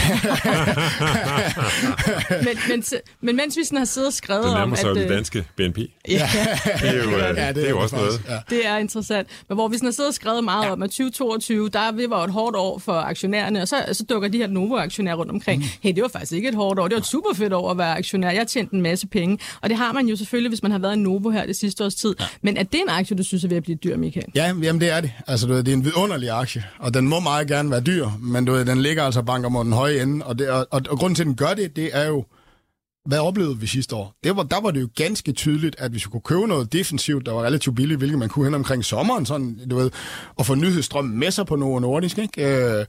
men, men, men mens vi sådan har siddet og skrevet om... Det nærmer sig at, jo det danske B N P. Ja. Det er jo, ja, det er det er jo også noget. Ja. Det er interessant. Men hvor vi sådan har siddet og skrevet meget ja. om, at tyve toogtyve, der vi var et hårdt år for aktionærerne, og så, så dukker de her Novo-aktionærer rundt omkring. Mm. Hey, det var faktisk ikke et hårdt år. Det var et super fedt år at være aktionær. Jeg har tjent en masse penge. Og det har man jo selvfølgelig, hvis man har været i Novo her det sidste års tid. Ja. Men er det en aktie, du synes er ved at blive dyr, Michael? Ja, jamen det er det. Altså, du ved, det er en vidunderlig aktie, og den må meget gerne være dyr, men du ved, den ligger altså banker mod den høje ende. Og, det, og, og, og grunden til, at den gør det, det er jo, hvad oplevede vi sidste år? Det var, der var det jo ganske tydeligt, at hvis vi kunne købe noget defensivt, der var relativt billigt, hvilket man kunne hen omkring sommeren, sådan, du ved, og få nyhedsstrømmen med sig på Novo Nordisk, ikke? Øh,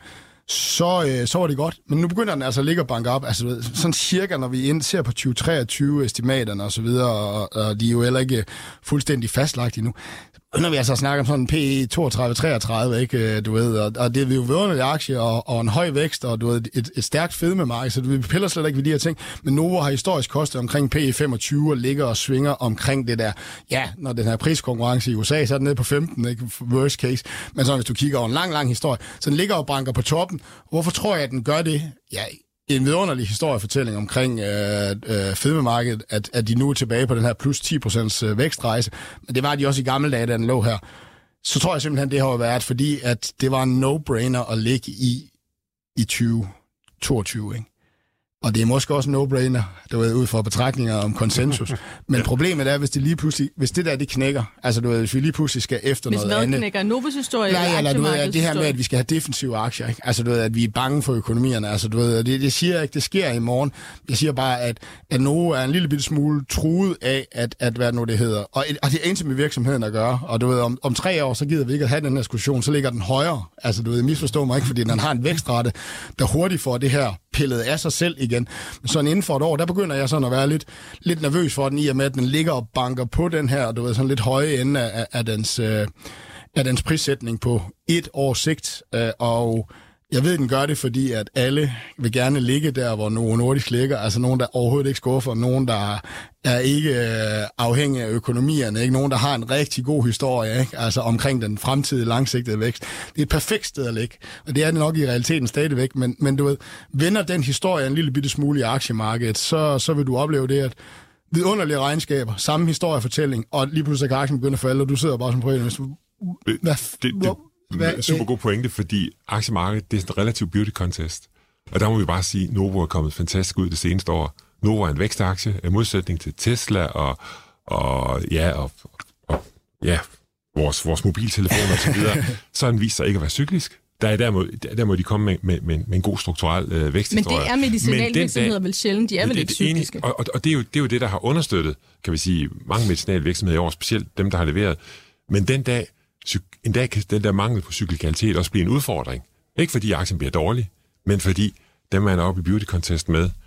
Så, øh, så var det godt. Men nu begynder den altså at ligge og banke op. Altså, sådan cirka, når vi ser på tyve treogtyve-estimaterne og så videre, og, og de er jo heller ikke fuldstændig fastlagt endnu. Når vi altså at snakke om sådan en P E toogtredive treogtredive, ikke, du ved, og, og det er jo vidunderlige aktier, og, og en høj vækst, og du ved, et, et stærkt fedmemarked, så vi piller slet ikke ved de her ting. Men Novo har historisk kostet omkring P E femogtyve, og ligger og svinger omkring det der. Ja, når den her priskonkurrence i U S A, så er den nede på femten, ikke, worst case. Men så hvis du kigger over en lang, lang historie, så den ligger og banker på toppen. Hvorfor tror jeg, at den gør det? Ja, en vidunderlig historiefortælling omkring øh, øh, fedmemarkedet, at, at de nu er tilbage på den her plus ti procent vækstrejse. Men det var de også i gamle dage, da den lå her. Så tror jeg simpelthen, det har været, fordi at det var en no-brainer at ligge i i tyve toogtyve, ikke? Og det er måske også en no-brainer, du ved, ud fra betragtninger om konsensus. Men problemet er, hvis det lige pludselig, hvis det der, det knækker, altså du ved, hvis vi lige pludselig skal efter hvis noget andet. Hvis hvad knækker? Novos historie eller aktiemærkets historie? Nej, eller du ved, det her med, at vi skal have defensive aktier, ikke? Altså du ved, at vi er bange for økonomierne, altså du ved, det, det siger ikke, det sker i morgen. Jeg siger bare, at, at Novo er en lille bitte smule truet af, at, at hvad nu det hedder. Og, og det er eneste med virksomheden at gøre. Og du ved, om, om tre år, så gider vi ikke at have den her diskussion, så ligger den højere. Altså du ved, misforstår mig ikke, fordi den har en vækstrate, der hurtigt får det her pillet af sig selv igen. Sådan inden for et år, der begynder jeg sådan at være lidt, lidt nervøs for den, i og med, at den ligger og banker på den her, du ved, sådan lidt høje ende af, af, dens, øh, af dens prissætning på et års sigt. Øh, og jeg ved, den gør det, fordi at alle vil gerne ligge der, hvor Novo Nordisk ligger. Altså nogen, der overhovedet ikke skuffer, nogen, der er ikke øh, afhængige af økonomierne, ikke? Nogen, der har en rigtig god historie, ikke? Altså omkring den fremtidige langsigtede vækst. Det er et perfekt sted at ligge, og det er det nok i realiteten stadigvæk, men, men du ved, vender den historie en lille bitte smule i aktiemarkedet, så, så vil du opleve det, at vidunderlige regnskaber, samme historiefortælling, og lige pludselig kan aktien begynde at falde, og du sidder bare som privat. Det, det, det, det er super god pointe, fordi aktiemarkedet, det er en relativ beauty contest. Og der må vi bare sige, at Novo er kommet fantastisk ud det seneste år. Novo er en vækstaktie, i modsætning til Tesla og, og, ja, og, og ja, vores, vores mobiltelefoner og så videre. Så den viser sig ikke at være cyklisk. Der er derimod, der må de komme med, med, med, med en god strukturel øh, væksthistorie. Men det er medicinalvirksomheder vel sjældent, de er vel ikke cykliske. Og, og, og det, er jo, det er jo det, der har understøttet, kan vi sige, mange medicinalvirksomheder i år, specielt dem, der har leveret. Men den dag, en dag kan den der mangel på cyklikalitet også blive en udfordring. Ikke fordi aktien bliver dårlig, men fordi dem, man er oppe i beauty contest med,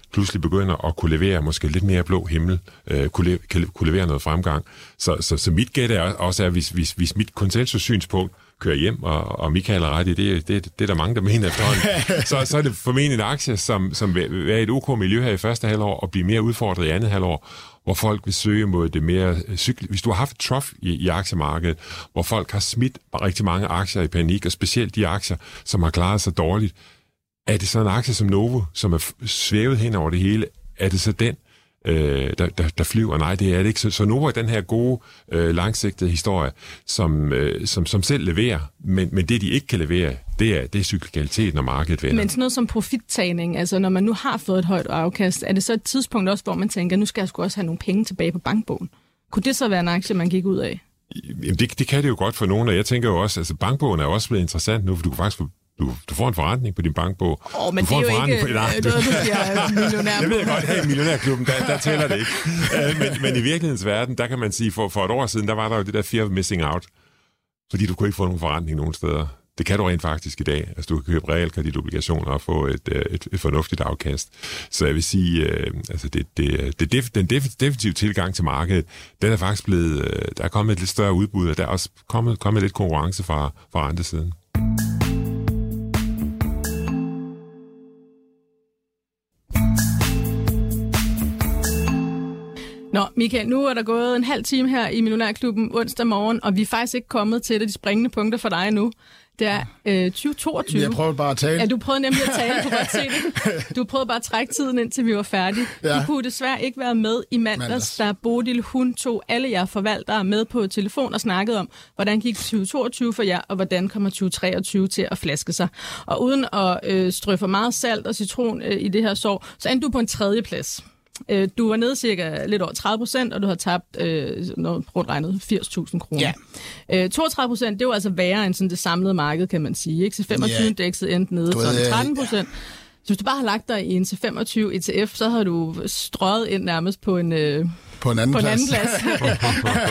pludselig begynder at kunne levere måske lidt mere blå himmel, øh, kunne, le- kunne levere noget fremgang. Så, så, så mit gæt er også, at hvis, hvis, hvis mit konsensus-synspunkt kører hjem, og, og Michael er ret i det, det, det er der mange, der mener efterhånden, så, så er det formentlig en aktie, som, som vil være i et OK miljø her i første halvår, og blive mere udfordret i andet halvår, hvor folk vil søge mod det mere cykl. Hvis du har haft et trough i, i aktiemarkedet, hvor folk har smidt rigtig mange aktier i panik, og specielt de aktier, som har klaret sig dårligt, er det så en aktie som Novo, som er svævet hen over det hele, er det så den, øh, der, der, der flyver? Nej, det er det ikke. Så, så Novo er den her gode, øh, langsigtede historie, som, øh, som, som selv leverer, men, men det, de ikke kan levere, det er, det er cyklikalitet, når markedet vender. Men sådan noget som profittagning, altså når man nu har fået et højt afkast, er det så et tidspunkt også, hvor man tænker, nu skal jeg sgu også have nogle penge tilbage på bankbogen? Kunne det så være en aktie, man gik ud af? Jamen, det, det kan det jo godt for nogen, og jeg tænker jo også, altså bankbogen er også blevet interessant nu, for du kan faktisk få Du, du får en forretning på din bankbog. Åh, oh, men det er jo ikke på, nej, noget, du siger millionær. Jeg ved godt, her i millionærklubben, der, der tæller det ikke. Uh, men, men i virkelighedens verden, der kan man sige, for, for et år siden, der var der jo det der fear of missing out. Fordi du kunne ikke få nogen forretning nogen steder. Det kan du rent faktisk i dag. Altså, du kan købe realkreditobligationer og få et, et, et fornuftigt afkast. Så jeg vil sige, uh, altså det, det, det def, den def, definitive tilgang til markedet, den er faktisk blevet, uh, der er kommet et lidt større udbud, og der er også kommet, kommet lidt konkurrence fra, fra andre siden. Nå, Michael, nu er der gået en halv time her i Millionærklubben onsdag morgen, og vi er faktisk ikke kommet til et af de springende punkter for dig nu. Det er øh, tyve toogtyve. Jeg prøvede bare at tale. Ja, du prøvede nemlig at tale, du kunne godt se det. Du prøvede bare at trække tiden ind, til vi var færdige. Ja. Du kunne desværre ikke være med i mandags, mandags. Da Bodil, hun tog alle jer forvaltere med på telefon og snakkede om, hvordan gik tyve toogtyve for jer, og hvordan kommer tyve treogtyve til at flaske sig. Og uden at øh, strø for meget salt og citron øh, i det her sår, så endte du på en tredje plads. Du var nede cirka lidt over tredive procent, og du har tabt øh, noget rundt regnet firs tusind kroner. Ja. Øh, toogtredive procent, det er jo altså værre end sådan det samlede marked, kan man sige. Ikke? Så femogtyve-indekset endte nede sådan tretten procent. Så hvis du bare har lagt dig i en til femogtyve E T F, så har du strøget ind nærmest på en... Øh, På en anden på plads. En anden plads.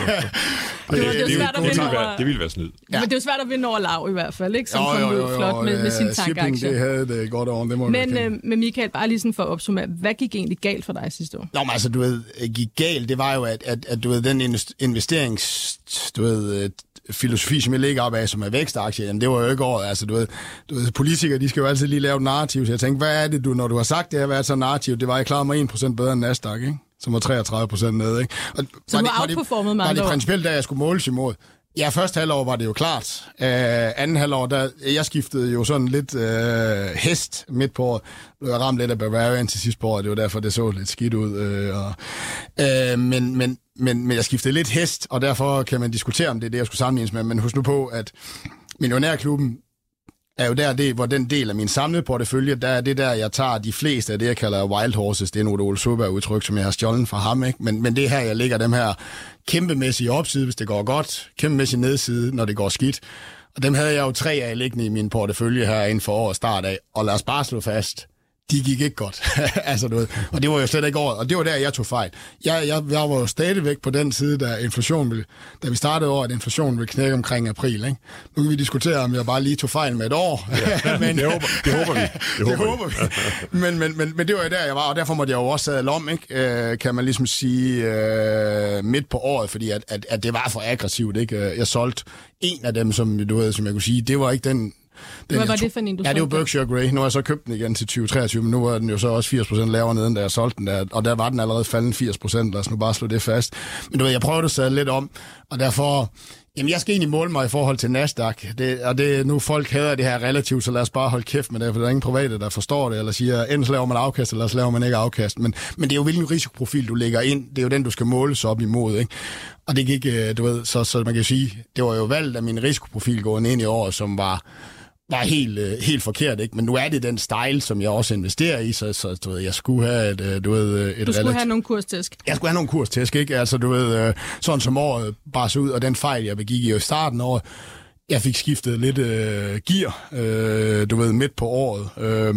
det, det, det, det, det, det, det, det ville være snyd. Ja. Men det er jo svært at vinde over lav i hvert fald, ikke? Som jo, jo, jo, kom ud flot med, med sin tankaktie. Det havde det godt over, det må Men øh, med Michael, bare lige sådan for at opsummere, hvad gik egentlig galt for dig sidste år? Nå, men altså, du ved, gik galt, det var jo, at, at, at du ved, den investerings, du ved, filosofi, som jeg ligger op af, som er vækstaktier, jamen det var jo ikke året. Altså, du ved, du ved, politikere, de skal jo altid lige lave et narrativ, så jeg tænkte, hvad er det, du, når du har sagt det her, hvad er så narrativ? Det var, jeg klarede mig en procent bedre end Nasdaq, ikke? Som var treogtredive procent nede, ikke? Og så du har outperformet meget. Var det principielt, da jeg skulle måles imod? Ja, første halvår var det jo klart. Uh, anden halvår, der, jeg skiftede jo sådan lidt uh, hest midt på året. Jeg ramte lidt af Bavarian til sidst på året, det var derfor, det så lidt skidt ud. Uh, og, uh, men, men, men, men jeg skiftede lidt hest, og derfor kan man diskutere, om det er det, jeg skulle sammenlignes med. Men husk nu på, at Millionærklubben er jo der, det, hvor den del af min samlede portefølje, der er det der, jeg tager de fleste af det, jeg kalder wild horses. Det er nogle Ole Soberg-udtryk, som jeg har stjålet fra ham, ikke? Men, men det er her, jeg lægger dem her kæmpemæssige opside, hvis det går godt, kæmpemæssige nedside, når det går skidt. Og dem havde jeg jo tre af liggende i min portefølje her inden for årets start af. Og lad os bare slå fast, de gik ikke godt. altså, du ved. Og det var jo slet ikke året. Og det var der, jeg tog fejl. Jeg, jeg, jeg var jo stadigvæk på den side, da inflationen ville, da vi startede året, at inflationen ville knække omkring april. Ikke? Nu kan vi diskutere, om jeg bare lige tog fejl med et år. Ja, men, det, håber, det håber vi. Det, det håber, håber vi. vi. men, men, men, men det var jo der, jeg var, og derfor måtte jeg jo også sadle om, ikke? Øh, kan man ligesom sige, øh, midt på året, fordi at, at, at det var for aggressivt. Ikke? Jeg solgte en af dem, som, du ved, som jeg kunne sige, det var ikke den... Den, Hvad var det for en, du Ja, det var Berkshire Grey. Nu har jeg så købt den igen til tyve treogtyve, men nu var den jo så også firs procent lavere nede, end da jeg solgte den der. Og der var den allerede faldet firs procent. Lad os nu bare slå det fast. Men du ved, jeg prøvede at sætte lidt om, og derfor... Jamen, jeg skal egentlig måle mig i forhold til Nasdaq. Det, og det, nu folk hader det her relativt, så lad os bare holde kæft med det, for der er ingen private, der forstår det, eller siger, enten så laver man afkast, eller så laver man ikke afkast. Men, men det er jo hvilken risikoprofil, du lægger ind. Det er jo den, du skal måles op imod, ikke? Og det gik, du ved, så, så man kan sige, det var jo valgt af min risikoprofil gående ind i år, som var... var helt, øh, helt forkert, ikke? Men nu er det den style, som jeg også investerer i, så, så du ved, jeg skulle have et, øh, du ved, et Du skulle relativt... have nogle kurstæsk. Jeg skulle have nogle kurstæsk, ikke? Altså, du ved, øh, sådan som året bare så ud, og den fejl, jeg begik i starten af året, jeg fik skiftet lidt øh, gear, øh, du ved, midt på året. Øh,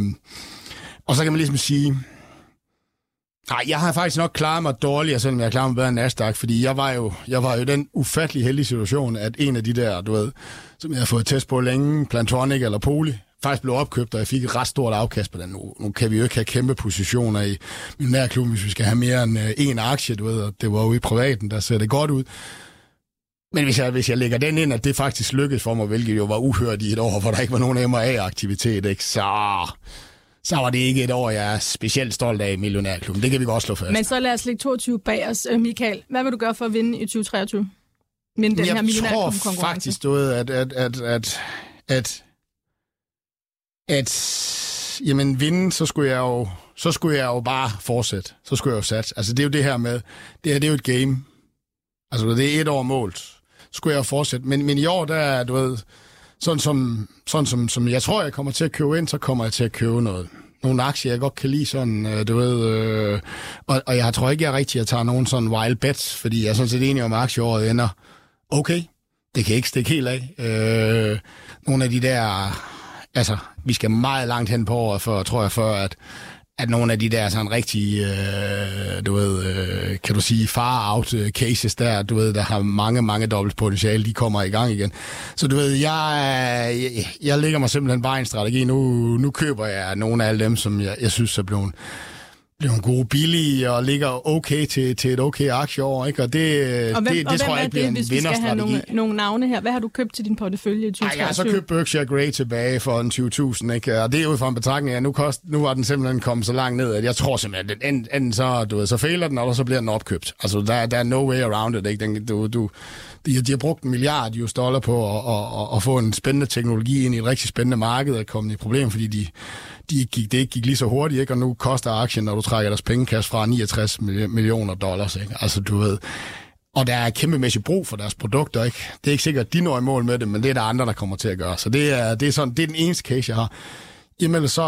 og så kan man ligesom sige... Nej, jeg har faktisk nok klaret mig dårligere, selvom jeg klarer mig bedre end Nasdaq, fordi jeg var jo, jeg var jo i den ufattelig heldige situation, at en af de der, du ved, som jeg har fået test på længe, Plantonic eller Poli, faktisk blev opkøbt, og jeg fik et ret stort afkast på den. Nu, nu kan vi jo ikke have kæmpe positioner i millionærklubben, hvis vi skal have mere end én aktie, du ved, og det var jo i privaten, der ser det godt ud. Men hvis jeg, hvis jeg lægger den ind, at det faktisk lykkedes for mig, hvilket jo var uhørt i et år, hvor der ikke var nogen M og A-aktivitet, ikke? Så, så var det ikke et år, jeg er specielt stolt af i millionærklubben. Det kan vi godt slå fast. Men så lad os lægge toogtyve bag os. Michael, hvad vil du gøre for at vinde i tyve treogtyve? Men den jeg her millionærklubben tror faktisk, du at, at, at, at, at, at jamen, vinde, så skulle jeg jo, så skulle jeg jo bare fortsætte. Så skulle jeg jo satse. Altså, det er jo det her med, det her, det er jo et game. Altså, det er et år målt. Så skulle jeg jo fortsætte. Men, men i år, der er, du ved, sådan som, sådan som, som jeg tror, jeg kommer til at købe ind, så kommer jeg til at købe noget. Nogle aktier, jeg godt kan lide sådan, du ved, øh, og, og jeg tror ikke, jeg rigtig, jeg tager nogen sådan wild bets, fordi jeg er sådan set enig om, at aktieåret ender okay. Det kan ikke stikke helt af. Øh, nogle af de der, altså, vi skal meget langt hen på året, for, tror jeg, for at, at nogle af de der sådan rigtig, øh, du ved, øh, kan du sige, far-out cases der, du ved, der har mange, mange dobbelt potentiale, de kommer i gang igen. Så du ved, jeg, jeg, jeg lægger mig simpelthen bare en strategi. Nu, nu køber jeg nogle af alle dem, som jeg, jeg synes er blevet, blevet gode billige og ligger okay til, til et okay aktieår, ikke? Og det, og hvem, det, og det tror jeg ikke bliver en vinderstrategi. Hvis vi skal have nogle, nogle navne her, hvad har du købt til din portefølje i tyve treogtyve? Ej, jeg har så købt Berkshire Grey tilbage for en tyve tusind, ikke? Og det er jo fra en betragtning, at nu, kost, nu var den simpelthen kommet så langt ned, at jeg tror simpelthen, at enten, enten så, du ved, så fejler den, eller så bliver den opkøbt. Altså, der, der er no way around it, ikke? Den, du, du, de, de har brugt en milliard US dollar på at, at, at, at få en spændende teknologi ind i et rigtig spændende marked og komme i problem, fordi de De gik, det ikke gik lige så hurtigt, ikke? Og nu koster aktien, når du trækker deres pengekasse fra niogtres millioner dollars, ikke? Altså, du ved. Og der er kæmpemæssigt brug for deres produkter, ikke? Det er ikke sikkert, at de når i mål med det, men det er der andre, der kommer til at gøre. Så det er, det er, sådan, det er den eneste case, jeg har. Jamen så,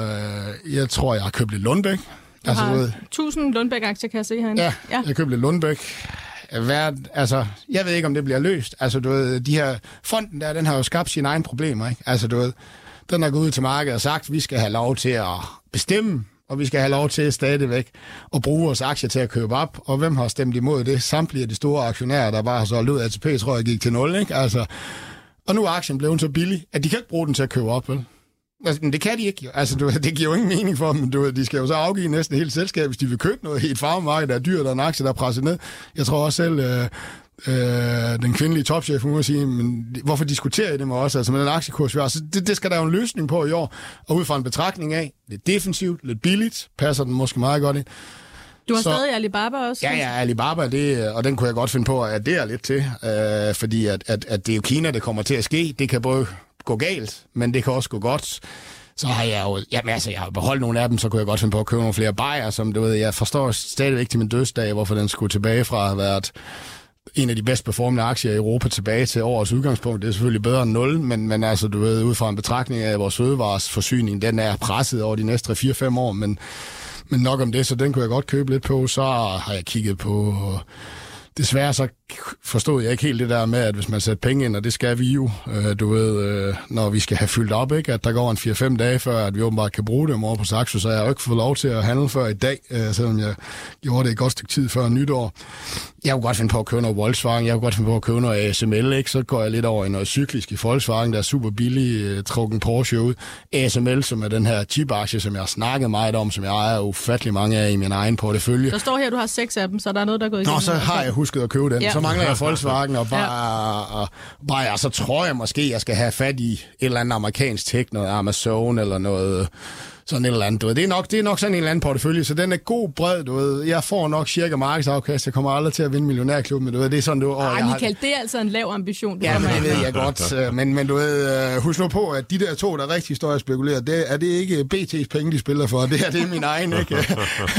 øh, jeg tror, jeg har købt lidt Lundbæk. Du altså, har ved, tusind Lundbæk-aktier, kan jeg se herinde. Ja, ja. Jeg købte lidt Lundbæk. Hvad, altså, jeg ved ikke, om det bliver løst. Altså, du ved, de her, fonden der, den har jo skabt sine egne problemer, ikke? Altså, du ved, den har gået ud til markedet og sagt, at vi skal have lov til at bestemme, og vi skal have lov til stadigvæk at bruge vores aktier til at købe op. Og hvem har stemt imod det? Samtlige af de store aktionærer, der bare har solgt ud af A T P, tror jeg, gik til nul, ikke? Altså, og nu er aktien blevet så billig, at de kan ikke bruge den til at købe op, vel? Altså, men det kan de ikke. Altså, du, det giver jo ingen mening for dem. Du, de skal jo så afgive næsten hele selskab, hvis de vil købe noget i et farvemarked, der er dyrt, og en aktie, der er presset ned. Jeg tror også selv... Øh, Øh, den kvindelige topchef, hun må sige, men hvorfor diskuterer I det med os? Altså med den aktiekurs, vi har. Så det, det skal der jo en løsning på i år. Og ud fra en betragtning af, lidt defensivt, lidt billigt, passer den måske meget godt ind. Du har så, stadig Alibaba også? Ja, ja, Alibaba, det, og den kunne jeg godt finde på, at det er lidt til. Øh, fordi at, at, at det er jo Kina, det kommer til at ske. Det kan både gå galt, men det kan også gå godt. Så har jeg jo, jamen altså, jeg har beholdt nogle af dem, så kunne jeg godt finde på at købe nogle flere bajer, som du ved, jeg forstår stadigvæk til min dødsdag, hvorfor den skulle tilbage fra at have været en af de bedst performende aktier i Europa tilbage til årets udgangspunkt. Det er selvfølgelig bedre end nul, men, men altså, du ved, ud fra en betragtning af vores fødevaresforsyning, den er presset over de næste tre fire fem år, men, men nok om det, så den kunne jeg godt købe lidt på. Så har jeg kigget på... Desværre så forstod jeg ikke helt det der med, at hvis man sætter penge ind, og det skal vi jo, øh, du ved, øh, når vi skal have fyldt op, ikke? At der går en fire fem dage, før at vi åbenbart kan bruge dem over på Saxo, så jeg har jo ikke fået lov til at handle før i dag, øh, selvom jeg gjorde det et godt stykke tid før nytår. Jeg kunne godt finde på at købe noget Volkswagen, jeg kunne godt finde på at købe noget A S M L, ikke? Så går jeg lidt over i noget cyklisk i Volkswagen, der er super billig, øh, trukken Porsche ud. A S M L, som er den her chip-aktie, som jeg har snakket meget om, som jeg ejer ufattelig mange af i min egen portefølje. Der står her, at du har seks af dem, så der er noget, der er gået igennem. Nå, så har jeg husket at købe den. Ja. Så mangler jeg Volkswagen og bare, ja. og bare, og så tror jeg måske, jeg skal have fat i et eller andet amerikansk tech, noget Amazon eller noget sådan et eller andet. Du ved. Det, er nok, det er nok sådan en eller anden portefølje, så den er god bred, du ved. Jeg får nok cirka markedsafkast, jeg kommer aldrig til at vinde millionærklubben, men du ved, det er sådan, du... Ej, Michael, har... det er altså en lav ambition. Du ja, men det ved jeg godt, men, men du ved, husk nu på, at de der to, der rigtig står og spekulerer, det er det ikke B T's penge, de spiller for, det er det er min egen, ikke? men,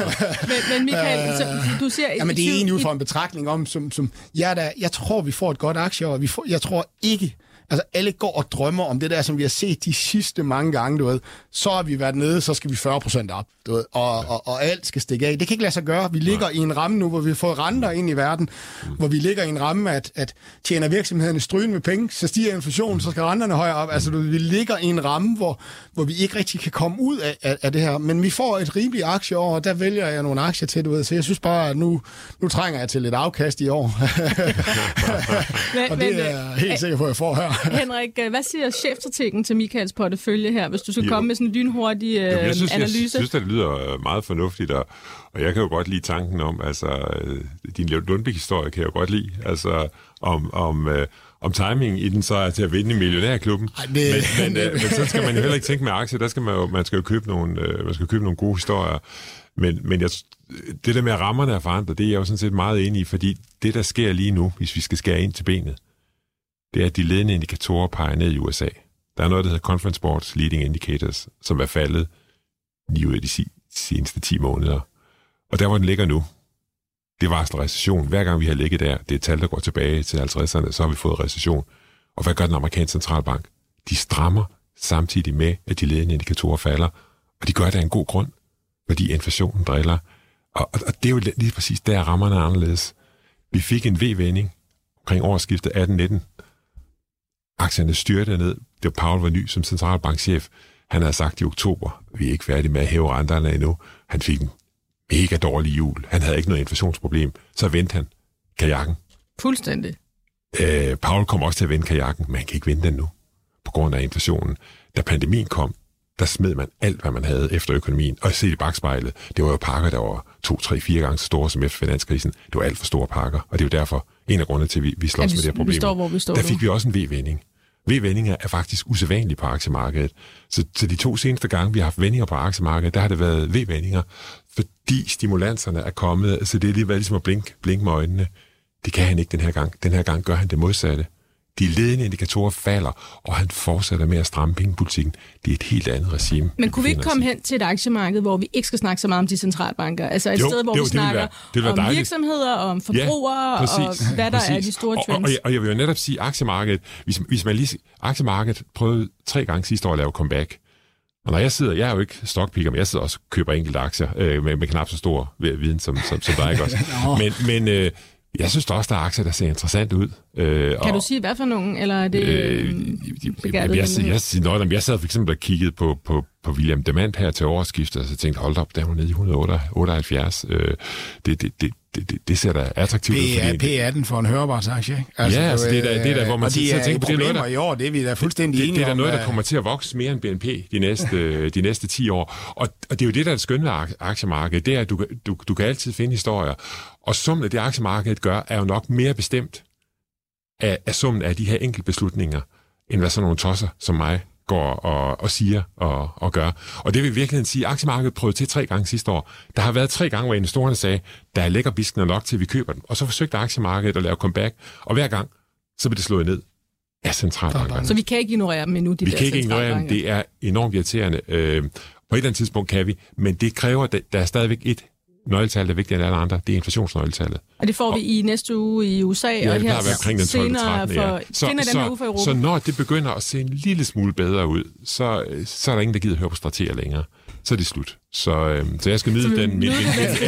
men Michael, så, du siger... Jamen, det er egentlig ud fra en betragtning om, som, som jeg, der, jeg tror, vi får et godt aktieår, vi får, jeg tror ikke... Altså, alle går og drømmer om det der, som vi har set de sidste mange gange, du ved. Så har vi været nede, så skal vi fyrre procent op, du ved. Og, og, og alt skal stikke af. Det kan ikke lade sig gøre. Vi ligger Nej. i en ramme nu, hvor vi får renter ind i verden, mm. hvor vi ligger i en ramme, at, at tjener virksomhederne strygen med penge, så stiger inflationen, så skal renterne højere op. Altså, du, vi ligger i en ramme, hvor, hvor vi ikke rigtig kan komme ud af, af, af det her. Men vi får et rimeligt aktieår, og der vælger jeg nogle aktier til, du ved. Så jeg synes bare, at nu, nu trænger jeg til lidt afkast i år. men, og det er jeg helt sikker på, at jeg får her. Henrik, hvad siger chefstrategen til Michaels portefølje her, hvis du skal jo. komme med sådan en lynhurtig øh, Jamen, jeg synes, analyse? Jeg synes, det lyder meget fornuftigt, og, og jeg kan jo godt lide tanken om, altså, din Lundbæk-historie kan jeg jo godt lide, altså, om, om, øh, om timing i den så er til at vinde i millionærklubben. Ej, det... men, men, øh, men så skal man jo heller ikke tænke med aktier, der skal man jo, man skal jo købe nogle, øh, man skal købe nogle gode historier. Men, men jeg, det der med, at rammerne er forandret, det er jeg jo sådan set meget enig i, fordi det, der sker lige nu, hvis vi skal skære ind til benet, det er, at de ledende indikatorer peger ned i U S A. Der er noget, der hedder Conference Board's Leading Indicators, som er faldet lige ud af de seneste ti måneder. Og der, hvor den ligger nu, det varsler recession. Hver gang vi har ligget der, det er et tal, der går tilbage til halvtredserne, så har vi fået recession. Og hvad gør den amerikanske centralbank? De strammer samtidig med, at de ledende indikatorer falder, og de gør det af en god grund, fordi inflationen driller. Og, og, og det er jo lige præcis der, rammerne er anderledes. Vi fik en V-vending omkring årsskiftet atten nitten. Aktierne styrte ned. Det var Powell var ny som centralbankchef. Han havde sagt i oktober, vi er ikke færdige med at hæve renterne endnu. Han fik en mega dårlig jul. Han havde ikke noget inflationsproblem. Så vendte han kajakken. Fuldstændig. Øh, Powell kom også til at vende kajakken, men han kan ikke vende den nu, på grund af inflationen. Da pandemien kom, der smed man alt, hvad man havde efter økonomien. Og se i bagspejlet, det var jo pakker, der var to, tre, fire gange så store som efter finanskrisen. Det var alt for store pakker, og det er jo derfor en af grundene til, at vi, vi slås ja, vi, med det her problem. Vi står, hvor vi står der fik nu. Vi også en V-vending. V-vendinger er faktisk usædvanlige på aktiemarkedet. Så, så de to seneste gange, vi har haft vendinger på aktiemarkedet, der har det været V-vendinger, fordi stimulanserne er kommet, så det er lige været ligesom at blinke, blinke med øjnene. Det kan han ikke den her gang. Den her gang gør han det modsatte. De ledende indikatorer falder, og han fortsætter med at stramme pengepolitikken. Det er et helt andet regime. Men kunne vi ikke komme hen til et aktiemarked, hvor vi ikke skal snakke så meget om de centralbanker? Altså et jo, sted, hvor jo, vi snakker være, om dejligt. virksomheder, om forbrugere, ja, og hvad der præcis. er de store trends. Og, og, og jeg vil jo netop sige, aktiemarkedet, hvis, hvis man lige... Aktiemarkedet prøvede tre gange sidste år at lave comeback. Og når jeg sidder, jeg er jo ikke stockpicker, men jeg sidder også og køber enkelte aktier øh, med, med knap så stor viden som, som, som dig også. Men... men øh, jeg synes også, der er aktier, der ser interessant ud. Øh, kan og, du sige, hvad for nogen? Eller er det øh, jeg, jeg, jeg, jeg, jeg sad for eksempel og kiggede på, på, på William Demant her til årsskiftet, og så tænkte, hold op, der er hun nede i et hundrede og otteoghalvfjerds. Øh, det, det, det, det, det ser da attraktivt ud. P atten for en hørebarsaktie, ikke? Altså, ja, altså, det er der, det er der, hvor man så, så tænker på, det er noget, der, i år, det er vi da fuldstændig enige om. Det er der noget, der kommer til at vokse mere end B N P de næste, de næste ti år. Og, og det er jo det, der er det skønne ved aktiemarkedet, det er, at du, du, du kan altid finde historier. Og summen af det, aktiemarkedet gør, er jo nok mere bestemt af, af summen af de her enkelte beslutninger, end hvad sådan nogle tosser som mig går og, og siger og, og gør. Og det vil i virkeligheden sige, at aktiemarkedet prøvede til tre gange sidste år. Der har været tre gange, hvor investorerne sagde, der er lækker bisken nok til, at vi køber den. Og så forsøgte aktiemarkedet at lave comeback, og hver gang, så bliver det slået ned af centralbankerne. Så vi kan ikke ignorere dem endnu, de vi der kan ikke ignorere dem. Det er enormt irriterende. Øh, på et eller andet tidspunkt kan vi, men det kræver, at der er stadigvæk et nøgletal, der er vigtigere end alle andre, det er inflationsnøgletallet. Og det får vi i næste uge i U S A, ja, og her omkring den senere for, ja. så, den så, her uge for Europa. Så når det begynder at se en lille smule bedre ud, så, så er der ingen, der gider høre på strateger længere. Så er det slut. Så, øhm, så jeg skal nyde den min ærtid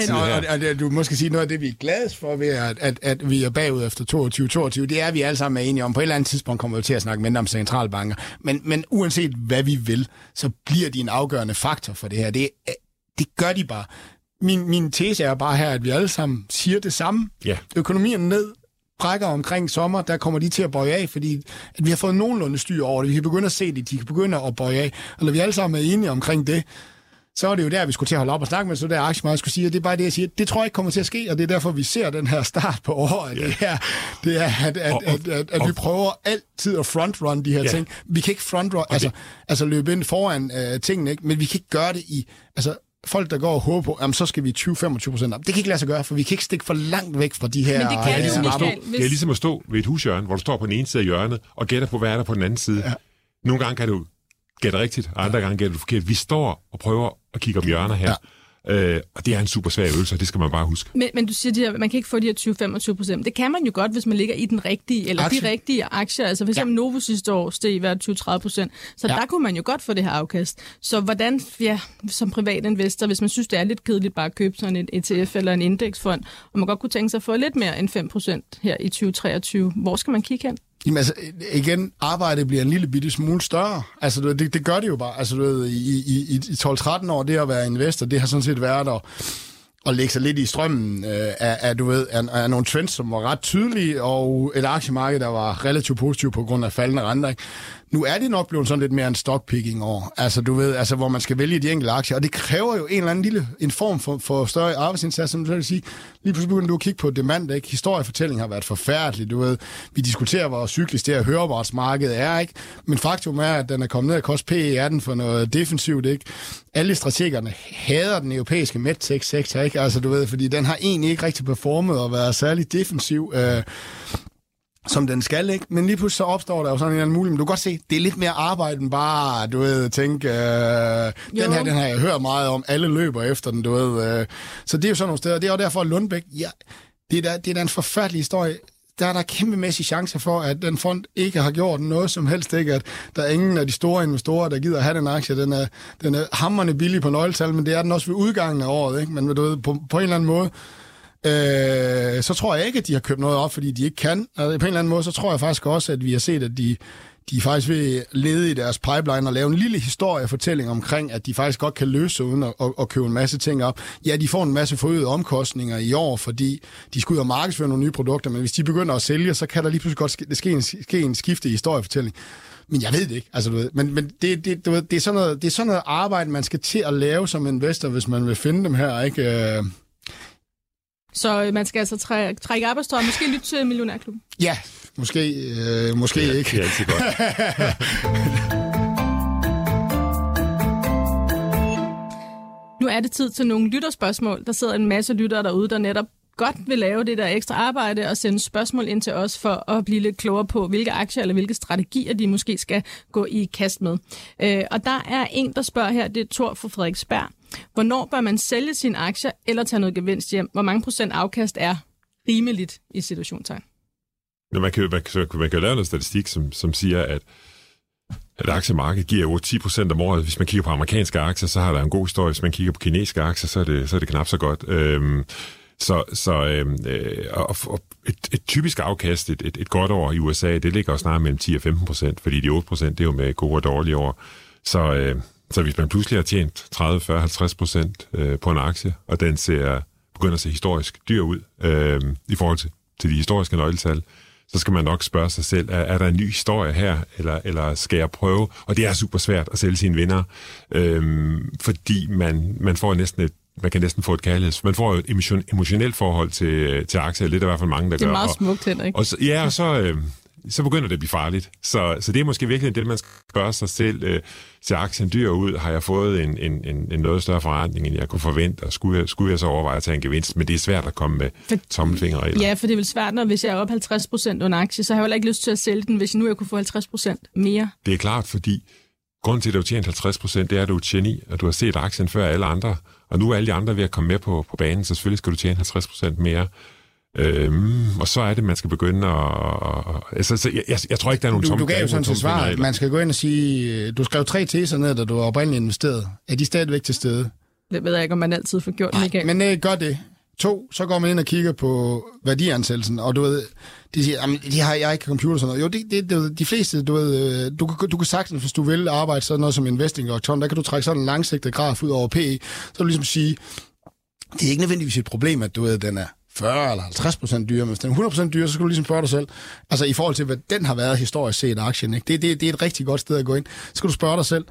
her. Du måske sige noget af det, vi er gladest for ved, at, at, at vi er bagud efter toogtyve toogtyve. Det er vi alle sammen enige om. På et eller andet tidspunkt kommer vi til at snakke mindre om centralbanker. Men, men uanset hvad vi vil, så bliver de en afgørende faktor for det her. Det, det gør de bare. Min, min tese er bare her, at vi alle sammen siger det samme. Ja. Økonomien ned, brækker omkring sommer, der kommer de til at bøje af, fordi at vi har fået nogenlunde styr over det. Vi kan begynde at se det, de kan begynde at bøje af. Og når vi alle sammen er enige omkring det, så er det jo der, vi skulle til at holde op og snakke med, så der aktiemarkedet skulle sige, at det er bare det, jeg siger. Det tror jeg ikke kommer til at ske, og det er derfor, vi ser den her start på året. Yeah. Det er, det er at, at, at, at, at vi prøver altid at frontrun de her yeah. ting. Vi kan ikke frontrun, altså, altså løbe ind foran uh, tingene, ikke? Men vi kan ikke gøre det i... Altså, folk, der går og håber på, jamen, så skal vi tyve til femogtyve procent op. Det kan ikke lade sig gøre, for vi kan ikke stikke for langt væk fra de her... Men det kan ligesom jo, Michael. Hvis... Det er ligesom at stå ved et hushjørne, hvor du står på den ene side af hjørnet, og gætter på, hvad er der på den anden side. Ja. Nogle gange kan du gætte rigtigt, og andre ja. gange gætter du forkert. Vi står og prøver at kigge om hjørner her. Ja. Øh, og det er en super svær øvelse, og det skal man bare huske. Men, men du siger, at man kan ikke få de her tyve til femogtyve procent. Det kan man jo godt, hvis man ligger i den rigtige, eller Aktie. de rigtige aktier. Altså for eksempel ja. Novo sidste år steg hver tyve til tredive procent. Så ja. der kunne man jo godt få det her afkast. Så hvordan, ja, som privat investor, hvis man synes, det er lidt kedeligt bare at købe sådan en E T F eller en indeksfond, og man godt kunne tænke sig at få lidt mere end fem procent her i tyve treogtyve, hvor skal man kigge hen? Jamen altså, igen, arbejdet bliver en lille bitte smule større. Altså, det, det gør det jo bare. Altså, du ved, i, i, i tolv tretten år, det at være investor, det har sådan set været at, at lægge sig lidt i strømmen øh, af, af, du ved, af, af nogle trends, som var ret tydelige, og et aktiemarked, der var relativt positivt på grund af faldende renter, ikke? Nu er det nok blevet sådan lidt mere en stockpicking år, altså du ved, altså hvor man skal vælge de enkelte aktier, og det kræver jo en eller anden lille en form for, for større arbejdsindsats, som du vil sige. Lige pludselig begynder du at kigge på demand, ikke? Historiefortælling har været forfærdelig, du ved. Vi diskuterer, hvor cyklisk det her høreapparatsmarked er, ikke? Men faktum er, at den er kommet ned og koster P E atten for noget defensivt, ikke? Alle strategerne hader den europæiske medtech-sektor, ikke? Altså du ved, fordi den har egentlig ikke rigtig performet og været særlig defensiv, øh, som den skal, ikke? Men lige pludselig så opstår der jo sådan en eller anden mulighed. Men du kan godt se, det er lidt mere arbejde end bare, du ved, tænke, øh, den her, den har jeg hørt meget om, alle løber efter den, du ved. Øh. Så det er jo sådan nogle steder. Det er jo derfor, at Lundbæk, ja, det er da, det er da en forfærdelig historie. Der er der kæmpemæssige chancer for, at den fond ikke har gjort noget som helst, ikke? At der er ingen af de store investorer, der gider have den aktie. Den er, den er hamrende billig på nøgletal, men det er den også ved udgangen af året, ikke? Men du ved, på, på en eller anden måde, Øh, så tror jeg ikke, at de har købt noget op, fordi de ikke kan. Altså, på en eller anden måde, så tror jeg faktisk også, at vi har set, at de, de faktisk vil lede i deres pipeline og lave en lille historiefortælling omkring, at de faktisk godt kan løse uden at, at, at købe en masse ting op. Ja, de får en masse forøgede omkostninger i år, fordi de skal ud og markedsføre nogle nye produkter, men hvis de begynder at sælge, så kan der lige pludselig godt ske, ske, en, ske en skifte i historiefortælling. Men jeg ved det ikke, altså du ved. Men, men det, det, du ved, det, er sådan noget, det er sådan noget arbejde, man skal til at lave som investor, hvis man vil finde dem her, ikke? Så man skal altså træ- trække arbejdstøjet, måske lytte til Millionærklubben? Ja, måske, øh, måske ja, ikke. Det er altid godt. Nu er det tid til nogle lytterspørgsmål. Der sidder en masse lyttere derude, der netop godt vil lave det der ekstra arbejde og sende spørgsmål ind til os for at blive lidt klogere på, hvilke aktier eller hvilke strategier de måske skal gå i kast med. Øh, og der er en, der spørger her, det er Thor fra Frederiksberg. Hvornår bør man sælge sine aktier eller tage noget gevinst hjem? Hvor mange procent afkast er rimeligt i situationstegn? Man kan jo man kan, man kan lave noget statistik, som, som siger, at, at aktiemarkedet giver over ti procent om året. Hvis man kigger på amerikanske aktier, så har der en god historie. Hvis man kigger på kinesiske aktier, så er det, så er det knap så godt. Øhm, så så øhm, øh, og, og et, et typisk afkast, et, et, et godt år i U S A, det ligger også snart mellem ti og femten procent, fordi de otte procent, det er jo med gode og dårlige år. Så... Øh, Så hvis man pludselig har tjent tredive, fyrre, halvtreds procent øh, på en aktie, og den ser, begynder at se historisk dyr ud øh, i forhold til, til de historiske nøgletal, så skal man nok spørge sig selv, er, er der en ny historie her, eller, eller skal jeg prøve? Og det er super svært at sælge sine vinder, øh, fordi man, man får næsten et man kan næsten få et kærligheds... Man får et emotion, emotionelt forhold til, til aktier, lidt i hvert fald mange, der gør. Det er meget smukt, Henrik. Og så, ja, og så... Øh, så begynder det at blive farligt. Så, så det er måske virkelig det, man skal spørge sig selv. Øh, ser aktien dyr ud? Har jeg fået en, en, en, en noget større forretning, end jeg kunne forvente? Og skulle jeg, skulle jeg så overveje at tage en gevinst? Men det er svært at komme med for, tommelfingerregler. Ja, for det er vel svært, når hvis jeg er op halvtreds procent under aktie, så har jeg heller ikke lyst til at sælge den, hvis jeg nu jeg kunne få halvtreds procent mere. Det er klart, fordi grunden til, at du har tjent halvtreds procent, det er, at du er et geni, og du har set aktien før alle andre. Og nu er alle de andre ved at komme med på, på banen, så selvfølgelig skal du tjene halvtreds procent mere. Øhm, og så er det, man skal begynde at... Altså, så jeg, jeg, jeg tror ikke, der er nogen tomme... Du, du gav jo sådan til svar, man skal gå ind og sige... Du skrev tre teser ned, da du var oprindeligt investeret. Er de stadigvæk til stede? Det ved jeg ikke, om man altid får gjort. Nej, men øh, gør det. To, så går man ind og kigger på værdiansættelsen, og du ved, de siger, jamen, de har jeg ikke computer sådan noget. Jo, det, det, det, de fleste, du ved, du, du kan sagtens, hvis du vil arbejde sådan noget som investing og ton, der kan du trække sådan en langsigtet graf ud over P E, så vil du ligesom sige, det er ikke nødvendigvis et problem, at du ved, den er fyrre eller halvtreds procent dyre, men hvis den er hundrede procent dyre, så skal du ligesom spørge dig selv, altså i forhold til, hvad den har været historisk set aktien, ikke? Det, det, det er et rigtig godt sted at gå ind. Så skal du spørge dig selv,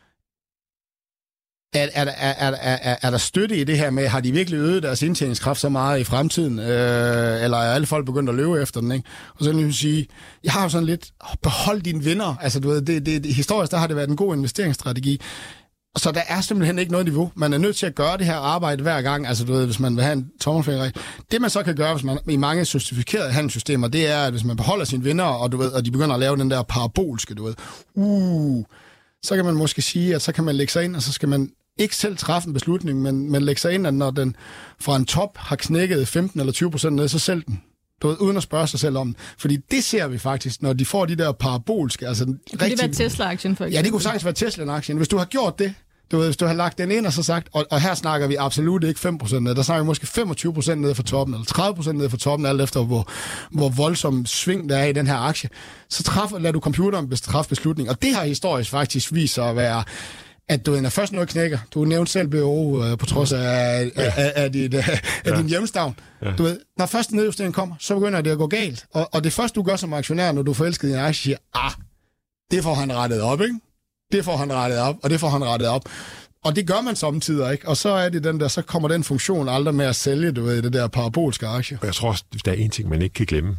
Er, er, er, er, er, er der støtte i det her med, har de virkelig øget deres indtjeningskraft så meget i fremtiden, øh, eller er alle folk begyndt at løbe efter den, ikke? Og så vil jeg sige, jeg har jo sådan lidt, behold dine vinder, altså du ved, det, det, det, historisk der har det været en god investeringsstrategi, så der er simpelthen ikke noget niveau. Man er nødt til at gøre det her arbejde hver gang, altså du ved, hvis man vil have en tommelfinger. Det man så kan gøre, hvis man i mange justifikerede handelssystemer, det er, at hvis man beholder sine vinder, og du ved, og de begynder at lave den der parabolske, du ved, uh, så kan man måske sige, at så kan man lægge sig ind, og så skal man ikke selv træffe en beslutning, men, men lægge sig ind, at når den fra en top har knækket femten eller tyve procent ned, så sælg den. Du ved, uden at spørge sig selv om den. Fordi det ser vi faktisk, når de får de der parabolske... Altså, kan rigtig... det være Tesla-aktien, for eksempel? Ja, det kunne sagtens være Tesla-aktien. Hvis du har gjort det, du ved, hvis du har lagt den ind og så sagt, og, og her snakker vi absolut ikke fem procent ned, der snakker vi måske femogtyve procent ned fra toppen, eller tredive procent ned fra toppen, alt efter hvor, hvor voldsom sving der er i den her aktie, så træffer, lader du computeren træffe beslutning. Og det har historisk faktisk vist sig at være at du, når først noget knækker, du nævnte selv B O øh, på trods af, ja. af, af, af, dit, af ja. din hjemstavn. Ja. Du ved, når først nedjusteringen kommer, så begynder det at gå galt. Og, og det første, du gør som aktionær, når du forelsker din aktie, siger, ah, det får han rettet op, ikke? Det får han rettet op, og det får han rettet op. Og det gør man samtidig, ikke? Og så er det den der, så kommer den funktion aldrig med at sælge, du ved, det der parabolske aktie. Jeg tror også, der er en ting, man ikke kan glemme.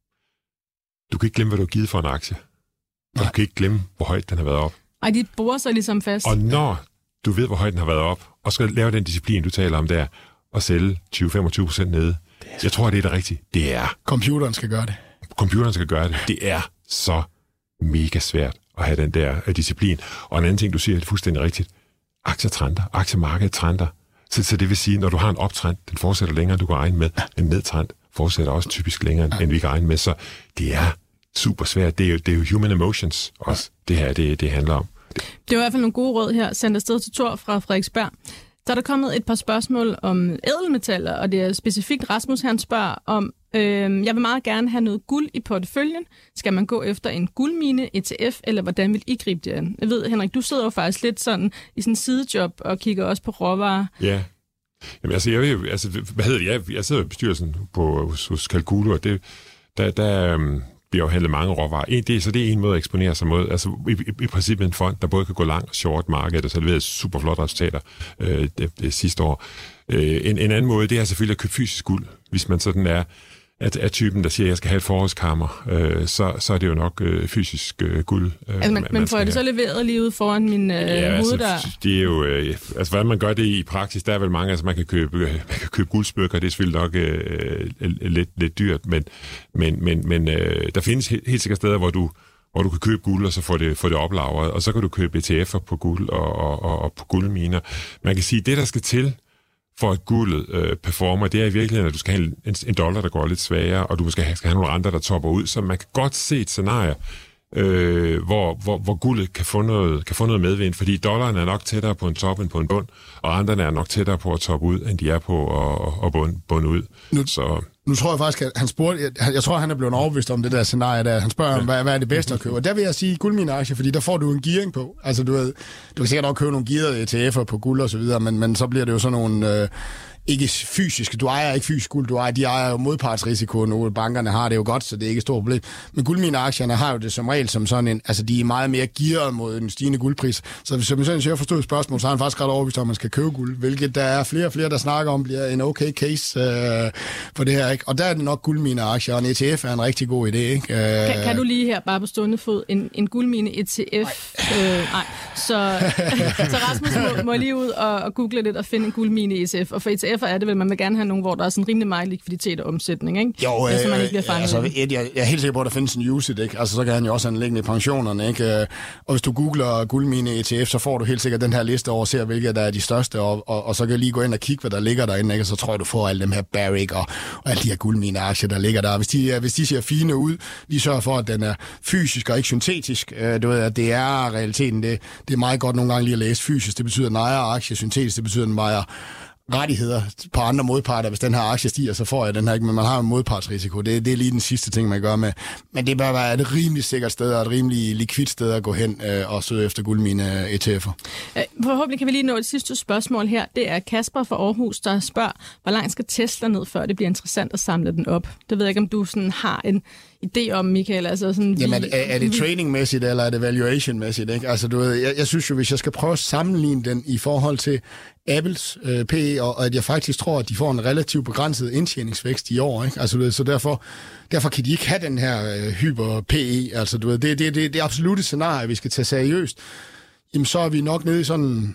Du kan ikke glemme, hvad du har givet for en aktie. Og du kan ikke glemme, hvor højt den har været op. Ej, de borer sig ligesom fast. Og når du ved, hvor højt den har været op, og skal lave den disciplin, du taler om der, og sælge tyve til femogtyve procent nede, jeg tror, det er det rigtige. Det er... Computeren skal gøre det. Computeren skal gøre det. Det er så mega svært at have den der uh, disciplin. Og en anden ting, du siger, er fuldstændig rigtigt. Aktietrender, aktiemarkedet trender. Så, så det vil sige, når du har en optrend, den fortsætter længere, end du kan regne med. En nedtrend fortsætter også typisk længere, ja. end vi kan regne med. Så det er super svært. Det er jo, det er jo human emotions også, det her, det, det handler om. Det er i hvert fald nogle gode råd her, sendt afsted til Thor fra Frederiksberg. Der er der kommet et par spørgsmål om ædelmetaller, og det er specifikt Rasmus, han spørger om, øh, jeg vil meget gerne have noget guld i porteføljen. Skal man gå efter en guldmine, E T F, eller hvordan vil I gribe det an? Jeg ved, Henrik, du sidder jo faktisk lidt sådan i sådan en sidejob og kigger også på råvarer. Ja. Jamen altså, jeg, ved, altså hvad hedder det? Jeg, jeg sidder i bestyrelsen på, hos, hos Calculo, og det, der, der um, bliver jo handlet mange råvarer. En, det, så det er en måde at eksponere sig mod. Altså i, i, i princippet en fond, der både kan gå langt og short market, og så leverer super flotte resultater øh, det, det sidste år. Øh, en, en anden måde, det er selvfølgelig at købe fysisk guld, hvis man sådan er at, at typen, der siger, at jeg skal have et forårskammer, øh, så, så er det jo nok øh, fysisk øh, guld. Øh, altså, man, man får det så leveret lige ude foran min øh, ja, hoved altså, der? Det er jo, øh, altså hvordan man gør det i praksis, der er vel mange, altså man kan købe, man kan købe guldsmykker, det er selvfølgelig nok øh, lidt, lidt dyrt, men, men, men, men øh, der findes helt, helt sikkert steder, hvor du hvor du kan købe guld, og så få det, få det oplagret, og så kan du købe E T F'er på guld og, og, og, og på guldminer. Man kan sige, at det, der skal til, for at guldet øh, performer, det er i virkeligheden, at du skal have en, en dollar, der går lidt svagere, og du skal have, skal have nogle renter, der topper ud, så man kan godt se et scenarie, øh, hvor, hvor, hvor guldet kan få, noget, kan få noget medvind, fordi dollaren er nok tættere på en top end på en bund, og renterne er nok tættere på at toppe ud, end de er på at, at bund, bund ud. Nu, så... nu tror jeg faktisk, at han spurgte, jeg, jeg tror, han er blevet overbevist om det der scenarie der. Han spørger, ja. hvad, hvad er det bedste at købe? Og der vil jeg sige guldmineaktier, fordi der får du en gearing på. Altså, du ved, du kan sikkert også købe nogle gearede E T F'er på guld og så videre, men, men så bliver det jo sådan nogle... Øh, ikke fysiske. Du ejer ikke fysisk guld, du ejer, de ejer jo modpartsrisiko, nu bankerne har det jo godt, så det er ikke et stort problem. Men guldmineaktierne har jo det som regel som sådan en, altså de er meget mere gearet mod en stigende guldpris. Så hvis jeg sådan jeg forstod et spørgsmål, så har han faktisk ret overbevist om, at man skal købe guld, hvilket der er flere og flere, der snakker om, bliver en okay case øh, for det her, ikke? Og der er det nok guldmineaktier, og en E T F er en rigtig god idé, ikke? Øh... Kan, kan du lige her bare på stående fod en, en guldmine E T F? Nej, øh, nej. Så, så Rasmus må, må lige ud og, og google lidt og finde en guldmine E T F, og for E T F er det vel, man vil gerne have nogen, hvor der er sådan rimelig meget likviditet og omsætning, ikke? Jo, øh, så man ikke bliver fanget. Altså, jeg, jeg er helt sikker på, at der findes en usage, ikke? Altså, så kan han jo også anlægge i pensionerne, ikke? Og hvis du googler guldmine E T F, så får du helt sikkert den her liste over, ser hvilke der er de største, og, og, og så kan jeg lige gå ind og kigge, hvad der ligger derinde, ikke? Og så tror jeg, du får alle dem her Barrick og, og alle de her guldmine-aktier, der ligger der. Hvis de, hvis de ser fine ud, de sørger for, at den er fysisk og ikke syntetisk. Øh, du ved, at det er realiteten. Det, det er meget godt nogle gange lige at læse fysisk. Det betyder, at den ejer aktie. Syntetisk, det betyder, at den ejer rettigheder på andre modparter. Hvis den her aktie stiger, så får jeg den her ikke, men man har en modpartsrisiko. Det, det er lige den sidste ting, man gør med. Men det bør være et rimelig sikkert sted og et rimelig likvidt sted at gå hen øh, og søge efter guldmine E T F'er. Forhåbentlig kan vi lige nå et sidste spørgsmål her. Det er Kasper fra Aarhus, der spørger, hvor langt skal Tesla ned, før det bliver interessant at samle den op? Det ved jeg ikke, om du sådan har en idé om, Michael. Altså sådan, Jamen, vi, er, er det tradingmæssigt, eller er det valuation-mæssigt? Ikke? Altså, du ved, jeg, jeg synes jo, hvis jeg skal prøve at sammenligne den i forhold til Apples øh, P E, og, og at jeg faktisk tror, at de får en relativt begrænset indtjeningsvækst i år. Ikke? Altså, du ved, så derfor, derfor kan de ikke have den her øh, hyper-P E. Altså, du ved, det, det, det, det er absolut et scenarie, vi skal tage seriøst. Jamen, så er vi nok nede i sådan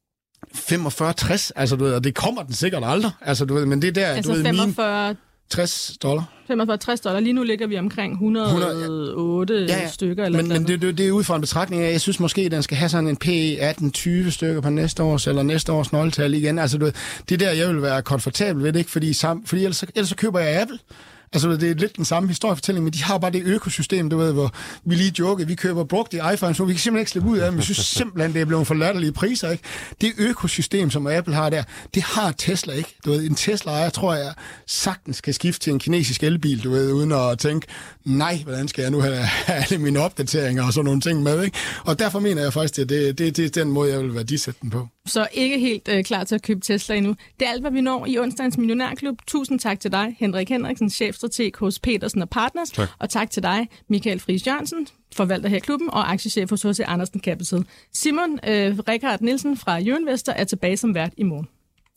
femogfyrre tres. Altså, du ved, og det kommer den sikkert aldrig. Altså, du ved, men det er der, altså du ved, femogfyrre... min tres dollar. femogfyrre til tres dollar. Lige nu ligger vi omkring et hundrede og otte ja, ja. stykker. Eller men men det, det, det er ud fra en betragtning af, jeg synes måske, at den skal have sådan en P E atten tyve stykker på næste års, eller næste års nøgletal igen. Altså, du ved, det er der, jeg vil være komfortabel ved det, ikke? Fordi, sam, fordi ellers, ellers så køber jeg Apple. Altså, det er lidt den samme historiefortælling, men de har bare det økosystem, du ved, hvor vi lige joker, vi køber brugte iPhones, så vi kan simpelthen ikke slippe ud af dem. Vi synes simpelthen, det er blevet for latterlige priser, ikke? Det økosystem, som Apple har der, det har Tesla ikke. Du ved, en Tesla-ejer, tror jeg, sagtens kan skifte til en kinesisk elbil, du ved, uden at tænke, nej, hvordan skal jeg nu have alle mine opdateringer og sådan nogle ting med, ikke? Og derfor mener jeg faktisk, at det, det, det er den måde, jeg vil værdisætte den på. Så ikke helt øh, klar til at købe Tesla endnu. Det er alt, hvad vi når i onsdagens Millionærklub. Tusind tak til dig, Henrik Henriksen, chefstrateg hos Petersen og Partners. Tak. Og tak til dig, Michael Friis Jørgensen, forvalter her i klubben og aktiechef hos H C Andersen Capital. Simon øh, Rikard Nielsen fra Jørgen Vester er tilbage som vært i morgen.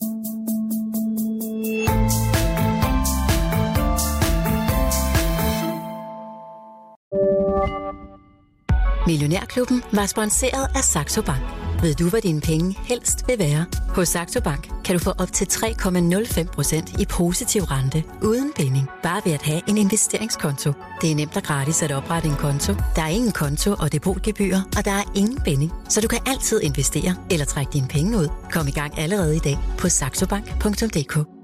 Millionærklubben var sponsoreret af Saxo Bank. Ved du, hvad dine penge helst vil være? Hos Saxo Bank kan du få op til tre komma nul fem procent i positiv rente uden binding. Bare ved at have en investeringskonto. Det er nemt og gratis at oprette en konto. Der er ingen konto og depotgebyrer, og der er ingen binding. Så du kan altid investere eller trække dine penge ud. Kom i gang allerede i dag på saxobank punktum d k.